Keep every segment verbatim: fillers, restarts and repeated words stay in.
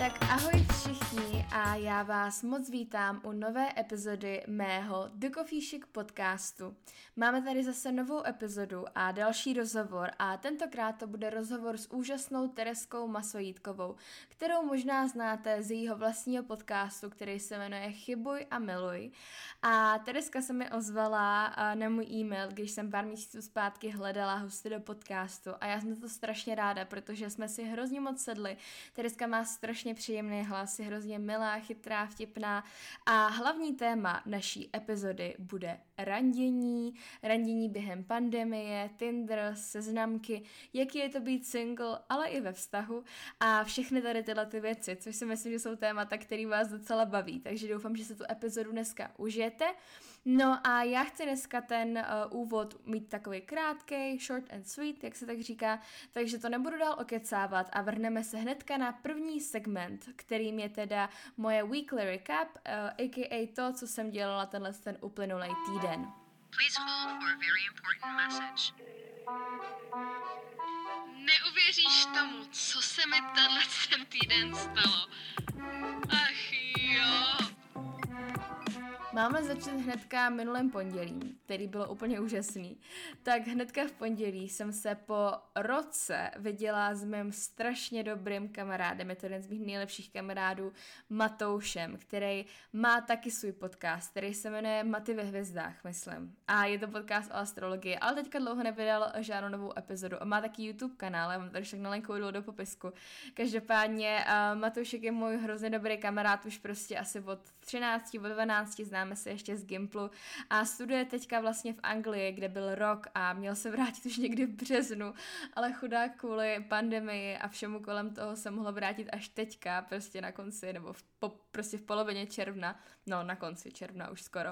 Tak ahoj všichni a já vás moc vítám u nové epizody mého The Coffee Chic podcastu. Máme tady zase novou epizodu a další rozhovor a tentokrát to bude rozhovor s úžasnou Tereskou Masojítkovou, kterou možná znáte z jejího vlastního podcastu, který se jmenuje Chybuj a miluj. A Tereska se mi ozvala na můj e-mail, když jsem pár měsíců zpátky hledala hosty do podcastu a já jsem to strašně ráda, protože jsme si hrozně moc sedli. Tereska má strašně příjemný hlas, je hrozně milá, chytrá, vtipná a hlavní téma naší epizody bude randění, randění během pandemie, Tinder, seznamky, jaký je to být single, ale i ve vztahu a všechny tady tyhle ty věci, což si myslím, že jsou témata, který vás docela baví, takže doufám, že se tu epizodu dneska užijete. No a já chci dneska ten uh, úvod mít takový krátkej, short and sweet, jak se tak říká, takže to nebudu dál okecávat a vrhneme se hnedka na první segment, kterým je teda moje weekly recap, uh, a k a to, co jsem dělala tenhle ten uplynulý týden. Please hold for a very important message. Neuvěříš tomu, co se mi tenhle ten týden stalo. Ach jo. Máme začít hnedka minulým pondělím, který bylo úplně úžasný. Tak hnedka v pondělí jsem se po roce viděla s mým strašně dobrým kamarádem, je to jeden z mých nejlepších kamarádů, Matoušem, který má taky svůj podcast, který se jmenuje Maty ve hvězdách, myslím. A je to podcast o astrologii, ale teďka dlouho nevydal žádnou novou epizodu. A má taky YouTube kanál, já mám tady však nalinkovat do popisku. Každopádně uh, Matoušek je můj hrozně dobrý kamarád, už prostě asi od třinácti, od dvanácti známe se ještě z Gimplu a studuje teďka vlastně v Anglii, kde byl rok a měl se vrátit už někdy v březnu, ale chudák kvůli pandemii a všemu kolem toho se mohlo vrátit až teďka, prostě na konci, nebo v, po, prostě v polovině června, no na konci června už skoro.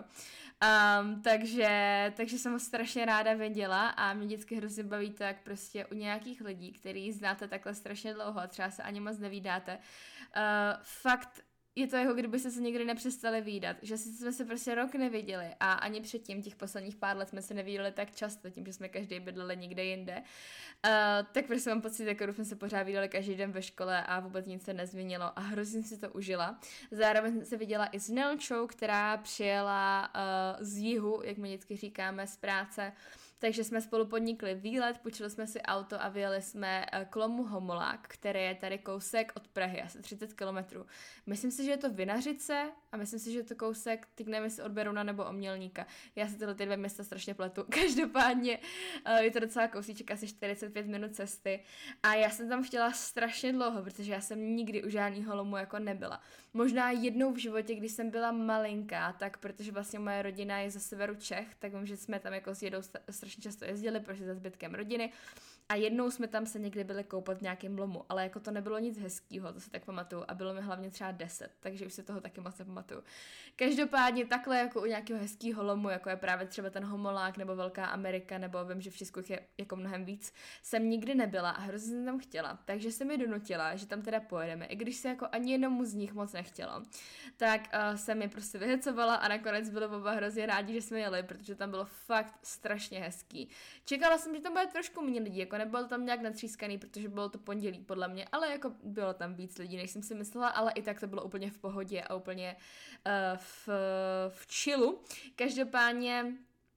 Um, takže, takže jsem ho strašně ráda viděla a mě vždycky hrozně baví to, jak prostě u nějakých lidí, který znáte takhle strašně dlouho a třeba se ani moc nevídáte, uh, fakt je to jako kdybyste se nikdy nepřestali vídat, že jsme se prostě rok neviděli a ani předtím těch posledních pár let jsme se neviděli tak často, tím, že jsme každý bydleli někde jinde. Uh, tak prostě mám pocit, jako jsme se pořád viděli každý den ve škole a vůbec nic se nezměnilo a hrozně si to užila. Zároveň jsem se viděla i s Nelčou, která přijela uh, z jihu, jak my vždycky říkáme, z práce. Takže jsme spolu podnikli výlet, půjčili jsme si auto a vyjeli jsme k lomu Homolák, který je tady kousek od Prahy, asi třicet kilometrů. Myslím si, že je to Vinařice a myslím si, že je to kousek, teď nevím, jestli od Berouna nebo Omělníka. Já si tyhle ty dvě města strašně pletu. Každopádně je to docela kousíček, asi čtyřicet pět minut cesty a já jsem tam chtěla strašně dlouho, protože já jsem nikdy u žádného lomu jako nebyla. Možná jednou v životě, když jsem byla malinká, tak protože vlastně moje rodina je ze severu Čech, tak vím, že jsme tam jako s jedou strašně často jezdili, protože za zbytkem rodiny a jednou jsme tam se někdy byli koupat v nějakém lomu, ale jako to nebylo nic hezkýho, to si tak pamatuju a bylo mi hlavně třeba deset, takže už si toho taky moc nepamatuju. Každopádně takhle jako u nějakého hezkýho lomu, jako je právě třeba ten Homolák nebo Velká Amerika, nebo vím, že v Česku je jako mnohem víc, jsem nikdy nebyla a hrozně jsem tam chtěla, takže se mi donutila, že tam teda pojedeme, i když se jako ani jednomu z nich moc nechtělo, tak uh, jsem je prostě vyhecovala a nakonec byli oba hrozně rádi, že jsme jeli, protože tam bylo fakt strašně hezký. Čekala jsem, že tam bude trošku méně lidí, jako nebylo tam nějak natřískaný, protože bylo to pondělí podle mě, ale jako bylo tam víc lidí, než jsem si myslela, ale i tak to bylo úplně v pohodě a úplně uh, v, v chillu. Každopádně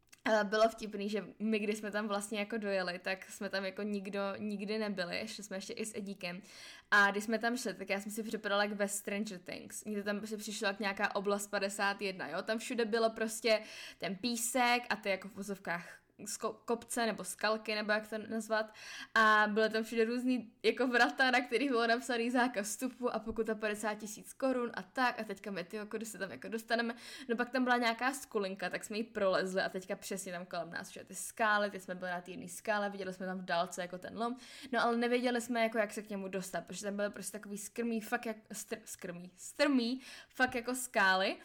bylo vtipný, že my, když jsme tam vlastně jako dojeli, tak jsme tam jako nikdo nikdy nebyli, šli jsme ještě i s Edíkem a když jsme tam šli, tak já jsem si připadala jak ve Stranger Things, mně to tam prostě přišlo jak nějaká oblast padesát jedna, jo, tam všude bylo prostě ten písek a ty jako v vozovkách kopce nebo skalky, nebo jak to nazvat a byly tam všude různý jako vrata, na kterých bylo napsaný zákaz vstupu a pokuta padesát tisíc korun a tak a teďka my ty jako, když se tam jako dostaneme, no pak tam byla nějaká skulinka, tak jsme ji prolezli a teďka přesně tam kolem nás všude ty skály, teď jsme byli na té jedné skále, viděli jsme tam v dálce jako ten lom, no ale nevěděli jsme jako jak se k němu dostat, protože tam byly prostě takový skrmý, fakt jak str, skrmý, strmý, fakt jako skály.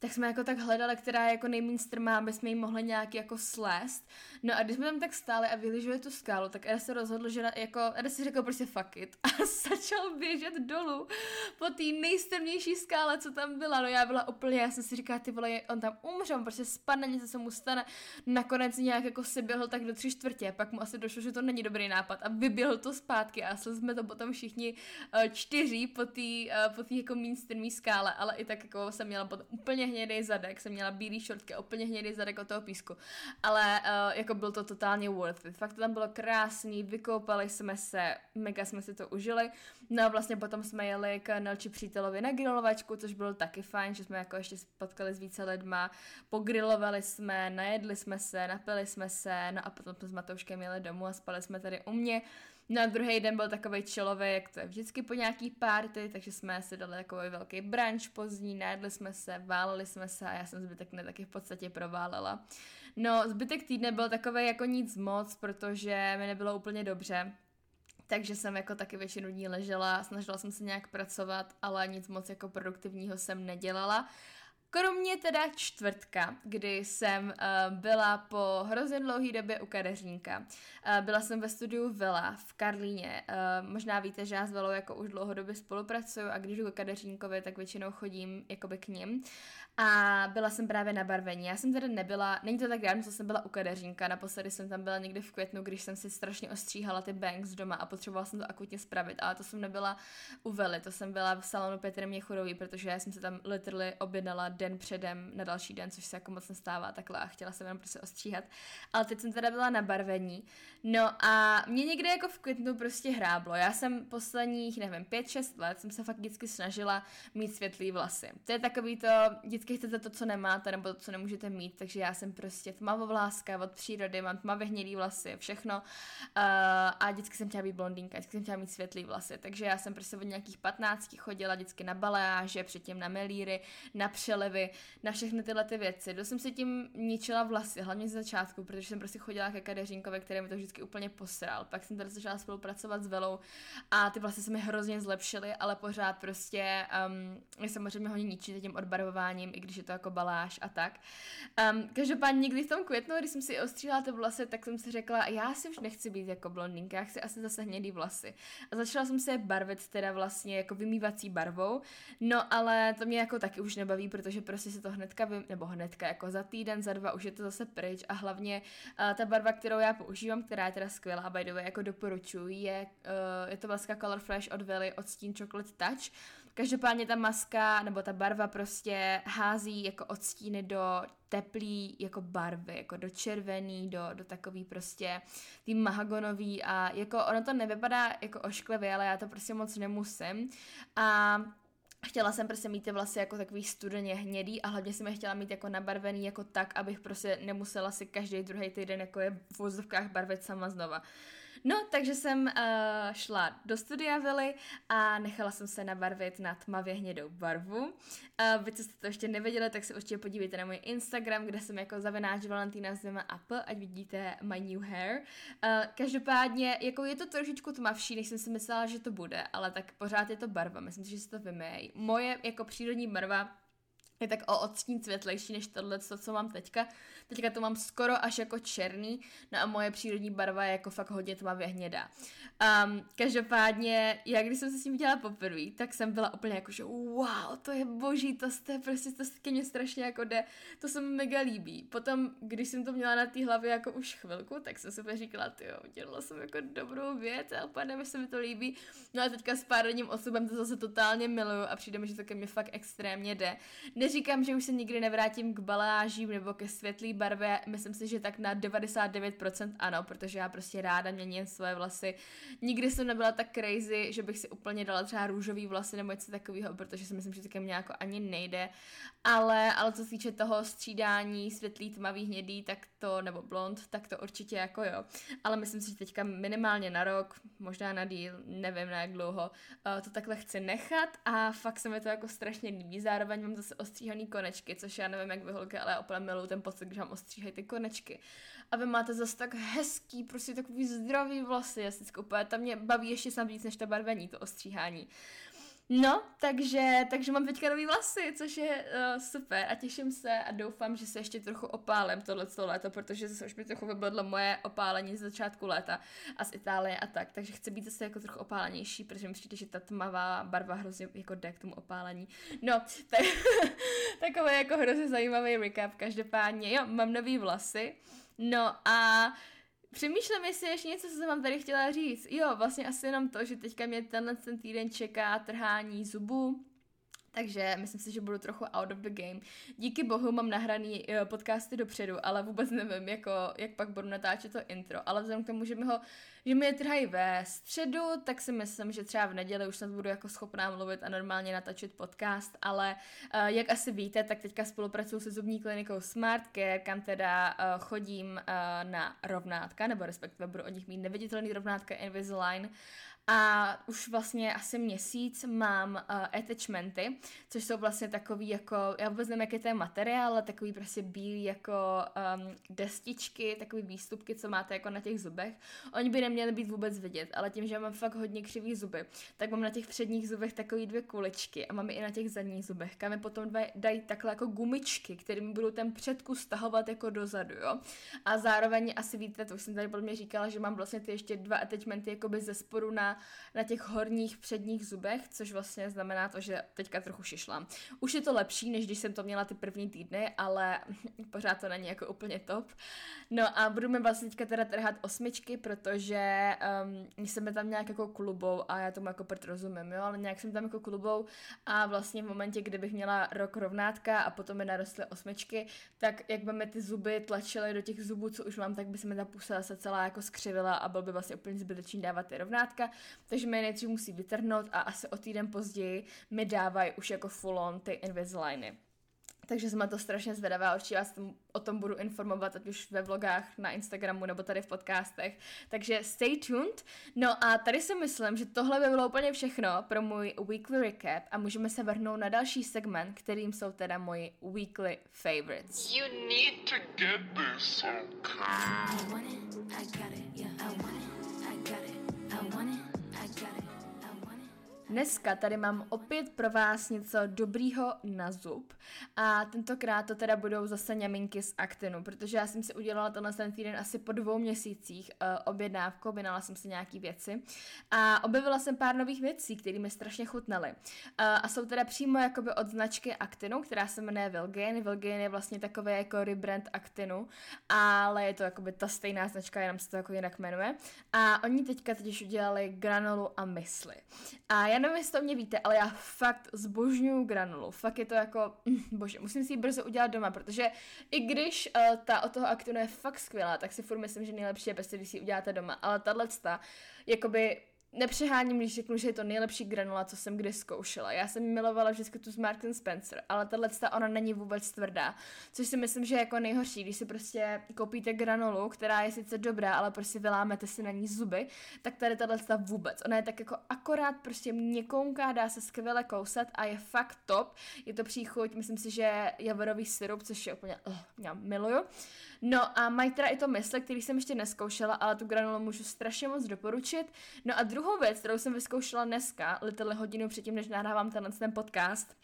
tak jsme jako tak hledali, která je jako nejméně strmá, aby jsme jí mohli nějak jako slést. No a když jsme tam tak stáli a vyhlíželi tu skálu, tak Eda se rozhodl, že na, jako, Eda si řekl prostě fuck it a začal běžet dolů po té nejstrmější skále, co tam byla. No já byla úplně, já jsem si říkala, ty vole, on tam umře, on prostě spadne, něco se mu stane. Nakonec nějak jako si běhl tak do tři čtvrtě, pak mu asi došlo, že to není dobrý nápad a vyběhl to zpátky a šli jsme to potom všichni uh, čtyři po té uh, po té jako méně strmý skále, ale i tak jako jsem měla potom úplně hnědej zadek, jsem měla bílý šortky a úplně hnědej zadek od toho písku. Ale uh, jako byl to totálně worth it. Fakt to tam bylo krásný, vykoupali jsme se, mega jsme si to užili. No a vlastně potom jsme jeli k Nelči přítelovi na grilovačku, což bylo taky fajn, že jsme jako ještě spotkali s více lidma, pogrilovali jsme, najedli jsme se, napili jsme se, no a potom jsme s Matouškem jeli domů a spali jsme tady u mě. No a druhý den byl takovej chillový, jak to je vždycky po nějaký party, takže jsme si dali takový velký brunch pozdní, najedli jsme se, váleli jsme se a já jsem zbytek dne taky v podstatě proválela. No, zbytek týdne byl takovej jako nic moc, protože mi nebylo úplně dobře. Takže jsem jako taky většinu dní ležela, snažila jsem se nějak pracovat, ale nic moc jako produktivního jsem nedělala. Kromě teda čtvrtka, kdy jsem uh, byla po hrozně dlouhé době u kadeřníka. Uh, byla jsem ve studiu Vela v Karlíně. Uh, možná víte, že já s Velou jako už dlouhodobě spolupracuju a když jdu k kadeřníkovi, tak většinou chodím jakoby k nim. A byla jsem právě na barvení. Já jsem teda nebyla, není to tak dávno, co jsem byla u kadeřníka. Naposledy jsem tam byla někdy v květnu, když jsem si strašně ostříhala ty bangs doma a potřebovala jsem to akutně spravit. Ale to jsem nebyla u Vely, to jsem byla v salonu Petry Měchurový, protože já jsem se tam literally objednala den předem na další den, což se jako moc nestává takhle a chtěla jsem jenom prostě ostříhat. Ale teď jsem teda byla na barvení. No a mě někde jako v květnu prostě hráblo. Já jsem posledních, nevím, pět šest let jsem se fakt vždycky snažila mít světlý vlasy. To je takový to, vždycky chcete to, co nemáte, nebo to, co nemůžete mít, takže já jsem prostě tmavovláska od přírody, mám tmavě hnědý vlasy, všechno. Uh, a vždycky jsem chtěla být blondýnka, vždycky jsem chtěla mít světlý vlasy, takže já jsem prostě od nějakých patnácti chodila vždycky na baleáže, předtím na melíry, na přelivy, na všechny tyhle ty věci. Dost jsem si tím ničila vlasy, hlavně z začátku, protože jsem prostě chodila ke kadeřínkovi, který mi to vždycky úplně posral. Pak jsem tady začala spolupracovat s Velou a ty vlasy se mi hrozně zlepšily, ale pořád prostě um, je samozřejmě hodně ničíte tím odbarvováním, i když je to jako baláž a tak. Um, každopádně někdy v tom květnu, když jsem si ostříhala ty vlasy, tak jsem si řekla, já si už nechci být jako blondýnka, já chci asi zase hnědý vlasy. A začala jsem se je barvit teda vlastně jako vymývací barvou, no ale to mě jako taky už nebaví, protože prostě se to hnedka, vy, nebo hnedka jako za týden, za dva už je to zase pryč a hlavně uh, ta barva, kterou já používám, která je teda skvělá, by the way, jako doporučuji, je, uh, je to vlastně Color Flash od Vely, od Steen Chocolate Touch. Každopádně ta maska, nebo ta barva prostě hází jako odstíny do teplý jako barvy, jako do červený, do, do takový prostě tý mahagonový a jako ono to nevypadá jako ošklivě, ale já to prostě moc nemusím a chtěla jsem prostě mít ty vlasy jako takový studeně hnědý a hlavně jsem je chtěla mít jako nabarvený jako tak, abych prostě nemusela si každý druhý týden jako je v vozovkách barvit sama znova. No, takže jsem uh, šla do studia Vily a nechala jsem se nabarvit na tmavě hnědou barvu. Uh, vy, co jste to ještě nevěděli, tak se určitě podívejte na můj Instagram, kde jsem jako zavináč Valentína z Dema Apple, ať vidíte my new hair. Uh, každopádně, jako je to trošičku tmavší, než jsem si myslela, že to bude, ale tak pořád je to barva, myslím si, že se to vymějí. Moje jako přírodní barva je tak o odstín světlejší než tohle, co, co mám teďka. Teďka to mám skoro až jako černý, no a moje přírodní barva je jako fakt hodně tmavě hnědá. Um, každopádně, já když jsem se s tím dělala poprvé, tak jsem byla úplně jako, že wow, to je boží, to jste prostě, to ke mně strašně jako jde, to se mi mega líbí. Potom, když jsem to měla na té hlavě jako už chvilku, tak jsem si říkala, tyjo, dělala jsem jako dobrou věc a úplně mi se mi to líbí. No a teďka s pár jedním osobem to zase totálně miluju a přijde mi, že to ke mně fakt extrémně jde. Neříkám, že už se nikdy nevrátím k balážím nebo ke světlý barvě, myslím si, že tak na devadesát devět procent ano, protože já prostě ráda měním svoje vlasy. Nikdy jsem nebyla tak crazy, že bych si úplně dala třeba růžový vlasy nebo něco takového, protože si myslím, že to ke mně jako ani nejde. Ale, ale co se týče toho střídání světlý, tmavý, hnědý, tak to, nebo blond, tak to určitě jako jo. Ale myslím si, že teďka minimálně na rok, možná na díl, nevím na jak dlouho, to takhle chci nechat a fakt se mi to jako strašně líbí. Zároveň mám zase ostříhaný konečky, což já nevím jak vy holky, ale já úplně miluju ten pocit, když vám ostříhají ty konečky. A vy máte zase tak hezký, prostě takový zdravý vlasy, já si úplně, tam mě baví ještě sám víc než to barvení, to ostříhání. No, takže, takže mám teďka nový vlasy, což je uh, super a těším se a doufám, že se ještě trochu opálím tohleto léto, protože zase už mi trochu vybledlo moje opálení z začátku léta a z Itálie a tak, takže chci být zase jako trochu opálenější, protože mi přijde, že ta tmavá barva hrozně jako jde k tomu opálení. No, tak, takový jako hrozně zajímavý recap, každopádně, jo, mám nový vlasy, no a přemýšlím, jestli ještě něco, co jsem vám tady chtěla říct. Jo, vlastně asi jenom to, že teďka mě tenhle ten týden čeká trhání zubů, takže myslím si, že budu trochu out of the game. Díky bohu mám nahraný uh, podcasty dopředu, ale vůbec nevím, jako, jak pak budu natáčet to intro. Ale vzhledem k tomu, že mi, ho, že mi je trhají ve středu, tak si myslím, že třeba v neděli už snad budu jako schopná mluvit a normálně natáčet podcast, ale uh, jak asi víte, tak teďka spolupracuju se zubní klinikou Smart Care, kam teda uh, chodím uh, na rovnátka, nebo respektive budu od nich mít neviditelný rovnátka Invisalign. A už vlastně asi měsíc mám uh, attachmenty, což jsou vlastně takový jako, já vůbec nevím, jaký to je materiál, ale takový prostě bílý jako um, destičky, takový výstupky, co máte jako na těch zubech. Oni by neměli být vůbec vidět, ale tím, že mám fakt hodně křivý zuby, tak mám na těch předních zubech takový dvě kuličky a mám i na těch zadních zubech, kam mi potom dva, dají takhle jako gumičky, kterými budou ten předkus stahovat jako dozadu, jo. A zároveň asi víte, to už jsem tady podle mě říkala, že mám vlastně ty ještě dva attachmenty jakoby ze sporu na na těch horních předních zubech, což vlastně znamená to, že teďka trochu šišlám. Už je to lepší, než když jsem to měla ty první týdny, ale pořád to není jako úplně top. No a budu mi vlastně teďka teda trhat osmičky, protože um, jsem tam nějak jako klubou a já tomu jako prd rozumím, jo, ale nějak jsem tam jako klubou a vlastně v momentě, kdybych měla rok rovnátka a potom mi narostly osmičky, tak jak by mi ty zuby tlačily do těch zubů, co už mám, tak by se mi ta pusa se celá jako skřivila a byl by vlastně úplně zbytečný dávat ty rovnátka. Takže mi nejdřív musí vytrhnout a asi o týden později mi dávají už jako full on ty Invisaligny. Takže jsem na to strašně zvědavá, určitě vás o tom budu informovat, ať už ve vlogách, na Instagramu nebo tady v podcastech. Takže stay tuned. No a tady si myslím, že tohle by bylo úplně všechno pro můj weekly recap a můžeme se vrhnout na další segment, kterým jsou teda moji weekly favorites. You need to get this, okay? I want it, I got it, yeah, I want it, I got it, I want it. Dneska tady mám opět pro vás něco dobrýho na zub a tentokrát to teda budou zase ňaminky z Actinu, protože já jsem si udělala tenhle ten týden asi po dvou měsících uh, objednávku, objednala jsem si nějaký věci a objevila jsem pár nových věcí, které mi strašně chutnaly. Uh, a jsou teda přímo jakoby od značky Actinu, která se jmenuje Vilgain. Vilgain je vlastně takový jako rebrand Actinu, ale je to jakoby ta stejná značka, jenom se to jako jinak jmenuje. A oni teďka teď udělali granulu a mysli. A já nevím, jestli to mě víte, ale já fakt zbožňuju granulu. Fakt je to jako, bože, musím si ji brzo udělat doma, protože i když uh, ta od toho Actinu je fakt skvělá, tak si furt myslím, že nejlepší je prostě, když si ji uděláte doma. Ale tahleta, jakoby, nepřeháním, když řeknu, že je to nejlepší granula, co jsem kdy zkoušela. Já jsem milovala vždycky tu z Marks and Spencer, ale tahleta ona není vůbec tvrdá, což si myslím, že je jako nejhorší, když si prostě koupíte granulu, která je sice dobrá, ale prostě vylámete si na ní zuby, tak tady tahleta vůbec. Ona je tak jako akorát prostě měkounká, dá se skvěle kousat a je fakt top. Je to příchuť, myslím si, že javorový syrup, což je úplně, uh, já miluju. No a mají teda i to mysli, který jsem ještě neskoušela, ale tu granulu můžu strašně moc doporučit. No a druhou věc, kterou jsem vyzkoušela dneska, literally hodinu předtím, než nahrávám tenhle ten podcast,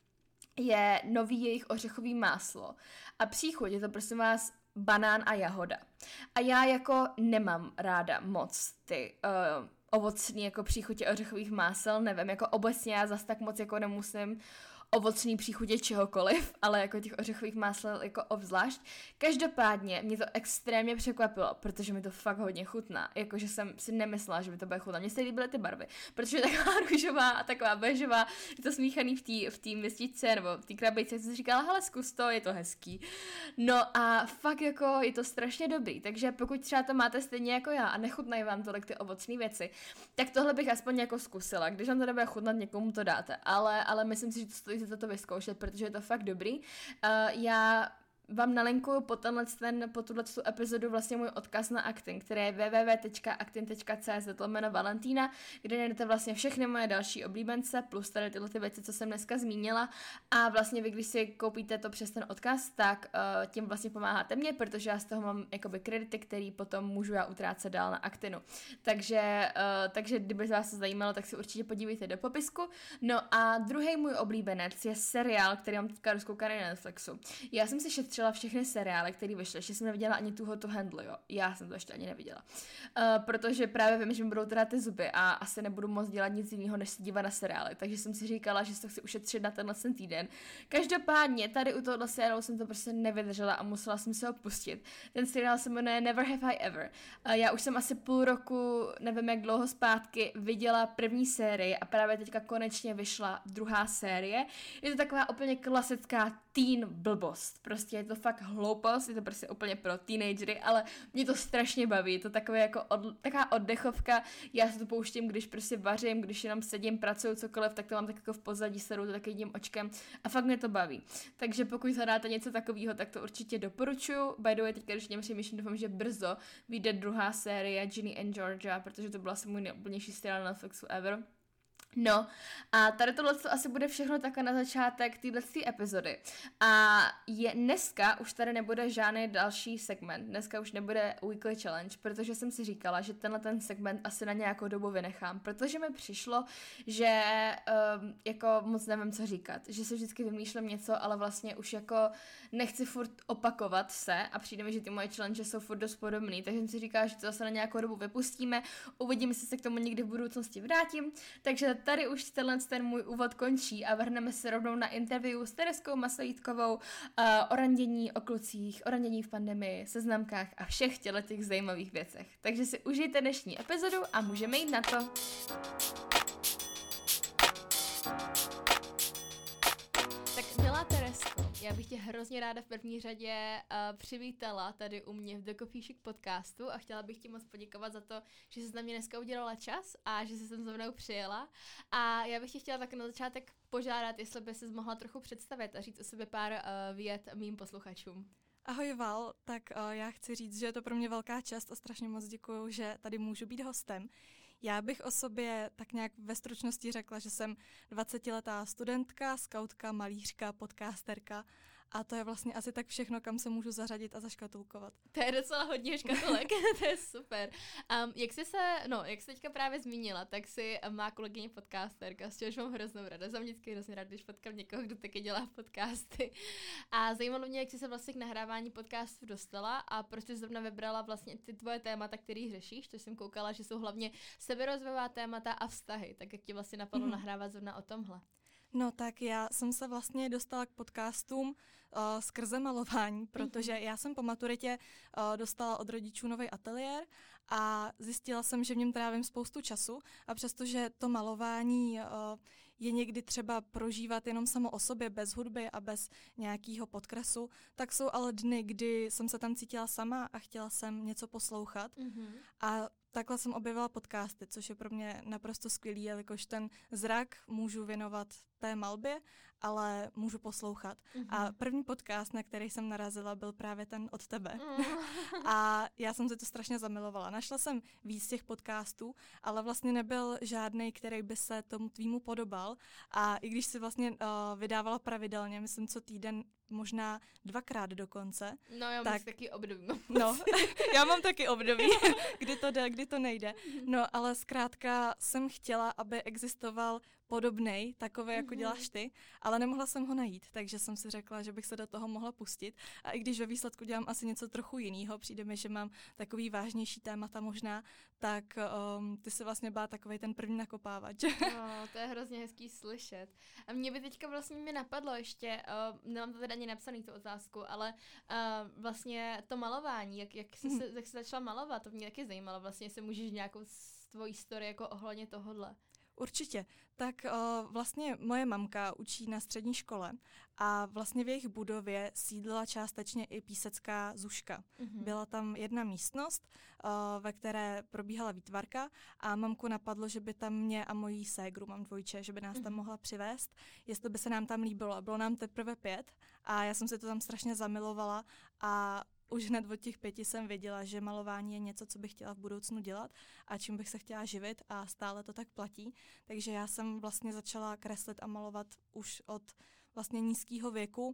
je nový jejich ořechový máslo. A příchuť je to prosím vás banán a jahoda. A já jako nemám ráda moc ty uh, ovocný jako příchutě ořechových másel, nevím, jako obecně já zas tak moc jako nemusím ovocný příchutě čehokoliv, ale jako těch ořechových másel jako obzvlášť. Každopádně mě to extrémně překvapilo, protože mi to fakt hodně chutná. Jakože jsem si nemyslela, že by to bude chutná. Mně se líbily ty barvy, protože taková růžová a taková bežová, je to smíchaný v té v té měsíčce nebo v té krabičce, jsem si říkala, hele, zkus to, je to hezký. No a fakt jako je to strašně dobrý, takže pokud třeba to máte stejně jako já a nechutnají vám tolik ty ovocné věci, tak tohle bych aspoň jako zkusila. Když vám to nebude chutnat, někomu to dáte, ale, ale myslím si, že to stojí za to vyzkoušet, protože je to fakt dobrý. Uh, já vám nalinkuju po tenhle ten, po tuhle tu epizodu vlastně můj odkaz na Actin, který je w w w tečka actin tečka c z lomeno Valentína, kde najdete vlastně všechny moje další oblíbence, plus tady tyhle ty věci, co jsem dneska zmínila. A vlastně vy, když si koupíte to přes ten odkaz, tak uh, tím vlastně pomáháte mě, protože já z toho mám jakoby kredity, který potom můžu já utrácet dál na Actinu. Takže, uh, takže kdyby vás to zajímalo, tak si určitě podívejte do popisku. No a druhý můj oblíbenec je seriál, který mám teďka rozkoukaný na Netflixu. Já jsem si šetřila všechny seriály, které vyšly, ještě jsem neviděla ani tuho to Handle, jo. Já jsem to ještě ani neviděla. Uh, protože právě vím, že mi budou teda ty zuby a asi nebudu moc dělat nic jiného, než se dívat na seriály. Takže jsem si říkala, že si to chci ušetřit na tenhle ten týden. Každopádně tady u tohohle seriálu jsem to prostě nevydržela a musela jsem se ho pustit. Ten seriál se jmenuje Never Have I Ever. Uh, já už jsem asi půl roku, nevím jak dlouho zpátky, viděla první sérii a právě teďka konečně vyšla druhá série. Je to taková úplně klasická teen blbost. Prostě je to fakt hloupost, je to prostě úplně pro teenagery, ale mě to strašně baví. Je to takové jako od, taková oddechovka. Já se to pouštím, když prostě vařím, když jenom sedím, pracuju cokoliv, tak to mám tak jako v pozadí, sleduju to takovým jedním očkem a fakt mě to baví. Takže pokud hledáte něco takového, tak to určitě doporučuji. By the way, teďka když něm přemýšlím, doufám, že brzo vyjde druhá série Ginny and Georgia, protože to byla asi můj nejoblíbenější seriál na Netflixu ever. No a tady tohle asi bude všechno takhle na začátek téhle epizody. A je, dneska už tady nebude žádný další segment, dneska už nebude Weekly Challenge, protože jsem si říkala, že tenhle ten segment asi na nějakou dobu vynechám, protože mi přišlo, že um, jako moc nevím, co říkat, že si vždycky vymýšlím něco, ale vlastně už jako nechci furt opakovat se a přijde mi, že ty moje challenge jsou furt dost podobný, takže jsem si říkala, že to zase na nějakou dobu vypustíme, uvidíme, jestli se k tomu někdy v budoucnosti vrátím, takže tady už tenhle ten můj úvod končí a vrhneme se rovnou na interview s Tereskou Maslítkovou uh, o randění, o klucích, o randění v pandemii, seznamkách a všech těch zajímavých věcech. Takže si užijte dnešní epizodu a můžeme jít na to. Tak milá Teresko, já bych tě hrozně ráda v první řadě uh, přivítala tady u mě v The Coffee Chic podcastu a chtěla bych ti moc poděkovat za to, že jsi na mě dneska udělala čas a že jsi sem za mnou přijela. A já bych tě chtěla tak na začátek požádat, jestli by ses mohla trochu představit a říct o sobě pár uh, vět mým posluchačům. Ahoj Val, tak uh, já chci říct, že je to pro mě velká čest a strašně moc děkuju, že tady můžu být hostem. Já bych o sobě tak nějak ve stručnosti řekla, že jsem dvacetiletá studentka, skautka, malířka, podcasterka a to je vlastně asi tak všechno, kam se můžu zařadit a zaškatulkovat. To je docela hodně škatulek, to je super. Um, jak jsi se, no, jak jsi teďka právě zmínila, tak si má kolegyně podcasterka, s čehož mám hroznou rada. Za mě vždycky hrozně rád, když potkám někoho, kdo taky dělá podcasty. A zajímalo mě, jak jsi se vlastně k nahrávání podcastů dostala a proč jsi zrovna vybrala vlastně ty tvoje témata, který řešíš, což jsem koukala, že jsou hlavně seberozvojová témata a vztahy. Tak jak ti vlastně napadlo mm-hmm. nahrávat zrovna o tomhle? No tak já jsem se vlastně dostala k podcastům uh, skrze malování, protože já jsem po maturitě uh, dostala od rodičů nový ateliér a zjistila jsem, že v něm trávím spoustu času a přestože to malování uh, je někdy třeba prožívat jenom samo o sobě, bez hudby a bez nějakého podkresu, tak jsou ale dny, kdy jsem se tam cítila sama a chtěla jsem něco poslouchat mm-hmm. a takhle jsem objevila podcasty, což je pro mě naprosto skvělý, jelikož ten zrak můžu věnovat té malbě, ale můžu poslouchat. Mm-hmm. A první podcast, na který jsem narazila, byl právě ten od tebe. Mm. A já jsem se to strašně zamilovala. Našla jsem víc těch podcastů, ale vlastně nebyl žádnej, který by se tomu tvýmu podobal. A i když si vlastně uh, vydávala pravidelně, myslím, co týden, možná dvakrát dokonce. No, já tak, mám taky období. No, já mám taky období, kdy to jde, kdy to nejde. No, ale zkrátka jsem chtěla, aby existoval podobnej, takový, jako děláš ty, ale nemohla jsem ho najít, takže jsem si řekla, že bych se do toho mohla pustit. A i když ve výsledku dělám asi něco trochu jiného, přijde mi, že mám takový vážnější témata možná, tak um, ty si vlastně byla takovej ten první nakopávač. No, to je hrozně hezký slyšet. A mě by teďka vlastně mi napadlo ještě, uh, nemám to teda ani napsaný tu otázku, ale uh, vlastně to malování, jak, jak, jsi, hmm. jak jsi začala malovat, to mě taky zajímalo, vlastně jestli můžeš nějakou tvojí story jako ohledně tohodle. Určitě. Tak uh, vlastně moje mamka učí na střední škole a vlastně v jejich budově sídlila částečně i písecká zuška. Mhm. Byla tam jedna místnost, uh, ve které probíhala výtvarka a mamku napadlo, že by tam mě a mojí ségru, mám dvojče, že by nás tam Mhm. mohla přivést, jestli by se nám tam líbilo. A bylo nám teprve pět a já jsem se to tam strašně zamilovala a už hned od těch pěti jsem věděla, že malování je něco, co bych chtěla v budoucnu dělat a čím bych se chtěla živit a stále to tak platí. Takže já jsem vlastně začala kreslit a malovat už od vlastně nízkého věku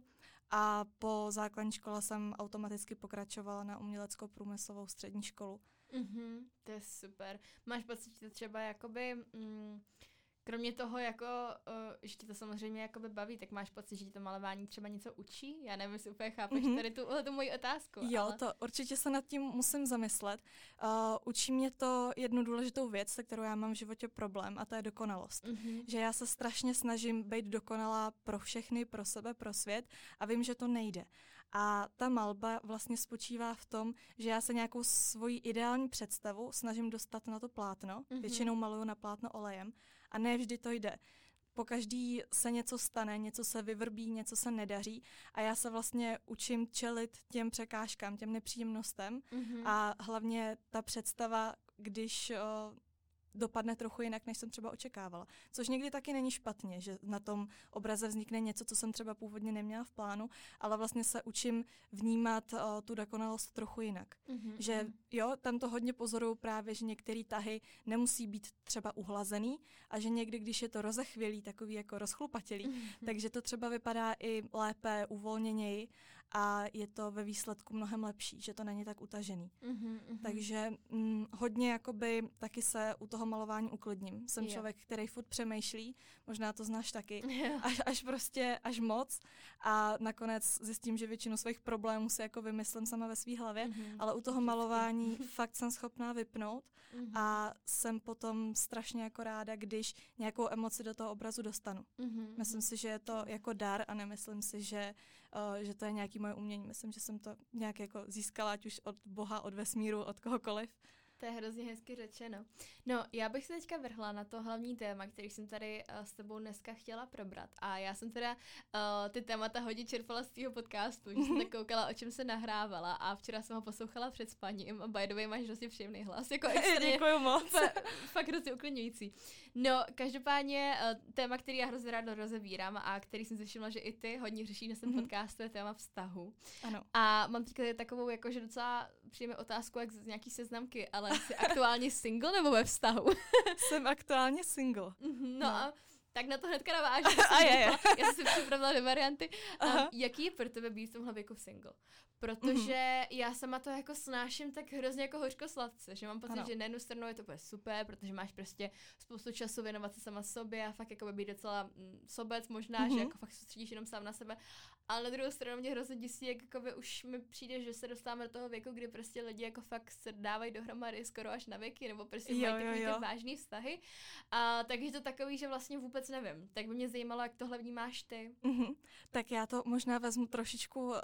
a po základní škole jsem automaticky pokračovala na umělecko-průmyslovou střední školu. Mhm, to je super. Máš pocit, že to třeba jakoby, mm, kromě toho, jako, uh, že tě to samozřejmě jakoby baví, tak máš pocit, že ti to malování třeba něco učí? Já nevím, jestli úplně chápeš Mhm. tady tu, tu moji otázku. Jo, ale... to určitě se nad tím musím zamyslet. Uh, učí mě to jednu důležitou věc, se kterou já mám v životě problém, a to je dokonalost. Mhm. Že já se strašně snažím být dokonalá pro všechny, pro sebe, pro svět a vím, že to nejde. A ta malba vlastně spočívá v tom, že já se nějakou svoji ideální představu snažím dostat na to plátno. Mhm. Většinou maluju na plátno olejem a ne vždy to jde. Pokaždý se něco stane, něco se vyvrbí, něco se nedaří a já se vlastně učím čelit těm překážkám, těm nepříjemnostem Mhm. a hlavně ta představa, když uh, dopadne trochu jinak, než jsem třeba očekávala. Což někdy taky není špatně, že na tom obraze vznikne něco, co jsem třeba původně neměla v plánu, ale vlastně se učím vnímat uh, tu dokonalost trochu jinak. Mhm. Že jo, tam to hodně pozoruju právě, že některé tahy nemusí být třeba uhlazený a že někdy, když je to rozechvělý, takový jako rozchlupatělý, Mhm. takže to třeba vypadá i lépe, uvolněněji a je to ve výsledku mnohem lepší, že to není tak utažený. Mhm, mhm. Takže mm, hodně jakoby taky se u toho malování uklidním. Jsem Jo. člověk, který furt přemýšlí, možná to znáš taky, Jo. až, až prostě, až moc a nakonec zjistím, že většinu svých problémů si jako vymyslím sama ve své hlavě, Mhm. ale u toho Vždycky. malování fakt jsem schopná vypnout Mhm. a jsem potom strašně jako ráda, když nějakou emoci do toho obrazu dostanu. Mhm, Myslím mhm. si, že je to jako dar a nemyslím si, že, uh, že to je nějaký moje umění. Myslím, že jsem to nějak jako získala, ať už od Boha, od vesmíru, od kohokoliv. To je hrozně hezky řečeno. No, já bych se teďka vrhla na to hlavní téma, který jsem tady uh, s tebou dneska chtěla probrat. A já jsem teda uh, ty témata hodně čerpala z tvýho podcastu, že jsem tak koukala, o čem se nahrávala a včera jsem ho poslouchala před spaním a by the way máš hrozně příjemný hlas, jako extrémně, Děkuju moc. fa- fakt hrozně uklidňující. No, každopádně uh, téma, který já hrozně ráda rozebírám a který jsem si všimla, že i ty hodně řešíš na svém Mhm. podcastu, je téma vztahu. Ano. A mám teďka takovou jakože docela příjemnou otázku, jak z nějaký seznamky, ale jsi aktuálně single nebo ve vztahu? Jsem aktuálně single. Mhm, no, No. a tak na to hnedka navážu. A je, je. Já jsem si připravila dvě varianty. Aha. Um, jaký je pro tebe být v tomhle věku single? Protože Mhm. já sama to jako snáším tak hrozně jako hořko sladce, že mám pocit, Ano. že na jednu stranu je to úplně super, protože máš prostě spoustu času věnovat se sama sobě a fakt jako být docela mm, sobec možná, Mhm. že jako fakt soustředíš jenom sám na sebe. Ale na druhou stranu mě hrozně děsí, jak jakoby už mi přijde, že se dostáváme do toho věku, kdy prostě lidi jako fakt se dávají dohromady skoro až na věky, nebo prostě Jo, mají jo, takový jo. ty vážný vztahy. A takže to takový, že vlastně vůbec nevím. Tak by mě zajímalo, jak tohle vnímáš ty. Mhm. Tak já to možná vezmu trošičku uh,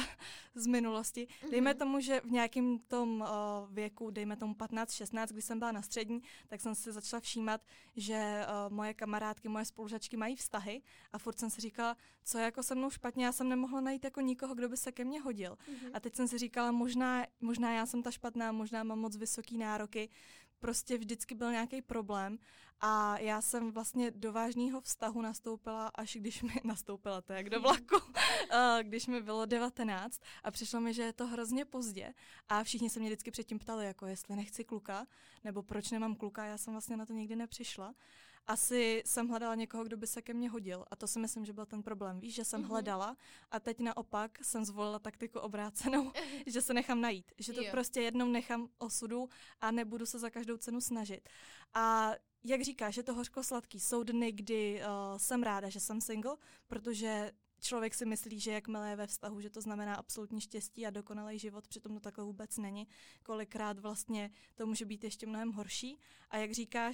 z minulosti. Dejme Mhm. tomu, že v nějakém tom uh, věku, dejme tomu patnáct šestnáct, když jsem byla na střední, tak jsem si začala všímat, že uh, moje kamarádky, moje spolužačky mají vztahy a furt jsem si říkala, co je jako se mnou špatně, já jsem nemohla najít jako nikoho, kdo by se ke mně hodil. Mhm. A teď jsem si říkala, možná, možná já jsem ta špatná, možná mám moc vysoký nároky, prostě vždycky byl nějaký problém a já jsem vlastně do vážného vztahu nastoupila, až když mi nastoupila, to je jak do vlaku, uh, když mi bylo devatenáct a přišlo mi, že je to hrozně pozdě a všichni se mě vždycky předtím ptali, jako jestli nechci kluka, nebo proč nemám kluka, já jsem vlastně na to nikdy nepřišla. Asi jsem hledala někoho, kdo by se ke mně hodil a to si myslím, že byl ten problém. Víš, že jsem Mhm. hledala a teď naopak jsem zvolila taktiku obrácenou, že se nechám najít, že to Jo. prostě jednou nechám osudu a nebudu se za každou cenu snažit. A jak říkáš, je to hořko-sladký. Jsou dny, kdy uh, jsem ráda, že jsem single, protože člověk si myslí, že jakmile je ve vztahu, že to znamená absolutní štěstí a dokonalý život, přitom to takhle vůbec není. Kolikrát vlastně to může být ještě mnohem horší. A jak říkáš,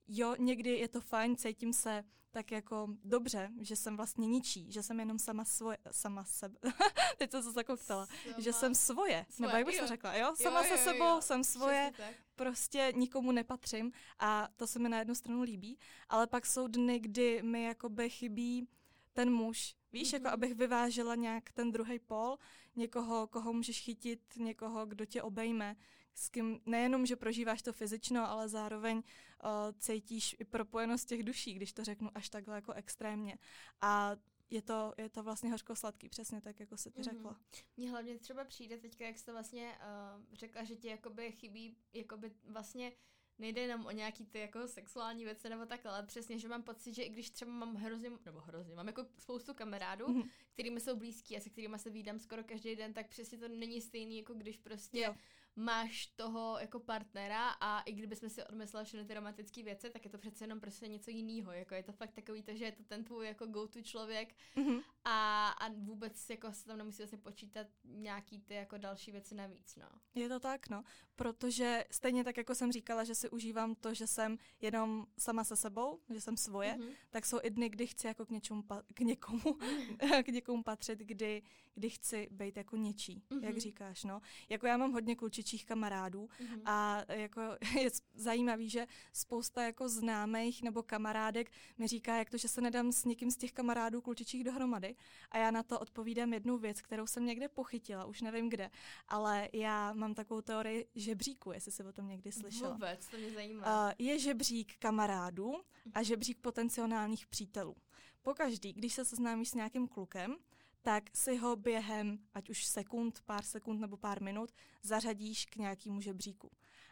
jo, někdy je to fajn, cítím se tak jako dobře, že jsem vlastně ničí, že jsem jenom sama svoje, sama sebe, teď jsem se zakoktala, že jsem svoje, svoje, nebo jak bych to řekla, jo, sama jo, jo, se sebou jo, jo. jsem svoje, prostě nikomu nepatřím a to se mi na jednu stranu líbí, ale pak jsou dny, kdy mi jakoby chybí ten muž, víš, mm-hmm. jako abych vyvážela nějak ten druhý pól, někoho, koho můžeš chytit, někoho, kdo tě obejme, s kým nejenom, že prožíváš to fyzično, ale zároveň uh, cítíš i propojenost těch duší, když to řeknu až takhle jako extrémně. A je to, je to vlastně hořko-sladký, přesně tak, jako se ty mm-hmm. řekla. Mně hlavně třeba přijde teďka, jak jsi to vlastně uh, řekla, že ti jakoby chybí, jakoby vlastně nejde jenom o nějaký ty jako sexuální věci nebo takhle, ale přesně, že mám pocit, že i když třeba mám hrozně, nebo hrozně, mám jako spoustu kamarádů, mm-hmm. kterými jsou blízký a se kterými se vídám skoro každý den, tak přesně to není stejný, jako když prostě jo. máš toho jako partnera a i kdybychom si odmyslela všechny ty romantické věci, tak je to přece jenom prostě něco jiného, jako je to fakt takový to, že je to ten tvůj jako go-to člověk mm-hmm. a, a vůbec jako se tam nemusí vlastně počítat nějaký ty jako další věci navíc, no. Je to tak, no, protože stejně tak, jako jsem říkala, že si užívám to, že jsem jenom sama se sebou, že jsem svoje, mm-hmm. tak jsou i dny, kdy chci jako k něčemu, pa- k někomu, k někomu patřit, kdy, kdy chci být jako něčí, mm-hmm. jak říkáš, no. Jako já mám hodně klučičích kamarádů mm-hmm. a jako je zajímavý, že spousta jako známých nebo kamarádek mi říká, jak to, že se nedám s někým z těch kamarádů klučičích dohromady a já na to odpovídám jednu věc, kterou jsem někde pochytila, už nevím kde, ale já mám takovou teorii žebříku, jestli jsi o tom někdy slyšela. Vůbec, to mě zajímá. Uh, je žebřík kamarádů a žebřík potenciálních přítelů. Pokaždý, když se seznámíš s nějakým klukem, tak si ho během, ať už sekund, pár sekund nebo pár minut, zařadíš k nějakému žebříku.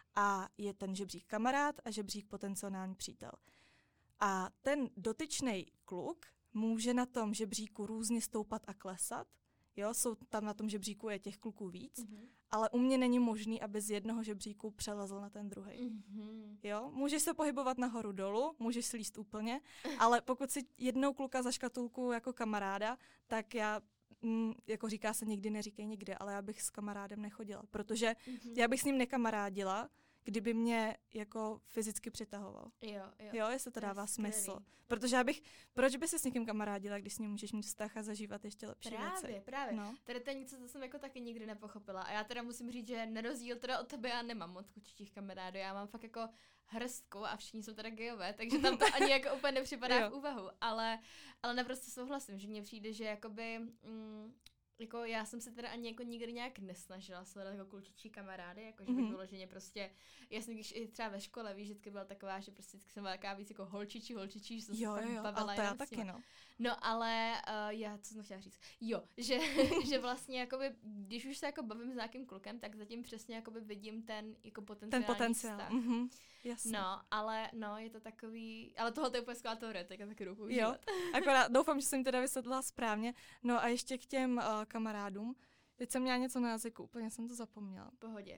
A je ten žebřík kamarád a žebřík potenciální přítel. A ten dotyčný kluk může na tom žebříku různě stoupat a klesat. Jo, jsou tam na tom žebříku je těch kluků víc, mm-hmm. ale u mě není možný, aby z jednoho žebříku přelezl na ten druhý. Mm-hmm. Jo, můžeš se pohybovat nahoru dolů, můžeš slíst úplně, ale pokud si jednou kluka zaškatulku jako kamaráda, tak já, mm, jako říká se, nikdy neříkej nikdy, ale já bych s kamarádem nechodila, protože mm-hmm. já bych s ním nekamarádila, kdyby mě jako fyzicky přitahoval. Jo, jo. Jo, jestli to dává smysl. Protože já bych, proč by se s někým kamarádila, když s ním můžeš mít vztah a zažívat ještě lepší právě, věci? Právě, právě. No. Tady to je něco, co jsem jako taky nikdy nepochopila. A já teda musím říct, že na rozdíl teda od tebe já nemám moc klučičích kamarádů. Já mám fakt jako hrstku a všichni jsou teda gejové, takže tam to ani jako úplně nepřipadá v úvahu. Ale, ale naprosto souhlasím, že mně přijde, že jakoby... Mm, jako já jsem se teda ani jako nikdy nějak nesnažila sledovat jako klučičí kamarády, jako že bych mm-hmm. vyloženě prostě, jasně, když i třeba ve škole, víš, vždycky byla taková, že prostě vždycky jsem byla taková víc jako holčičí, holčičí, že jsem jo, se jo, bavila ale to já taky, no. No ale uh, já, co jsem chtěla říct, jo, že, že vlastně jakoby, když už se jako bavím s nějakým klukem, tak zatím přesně jakoby vidím ten jako potenciální ten potenciál. vztah. Mm-hmm. Jasně. No, ale no, je to takový, ale tohle je úplně skvělá teorie, tak já taky jdu používat. Jo, akorát doufám, že jsem teda vysvětlila správně. No a ještě k těm uh, kamarádům. Teď jsem měla něco na jazyku, úplně jsem to zapomněla. V pohodě.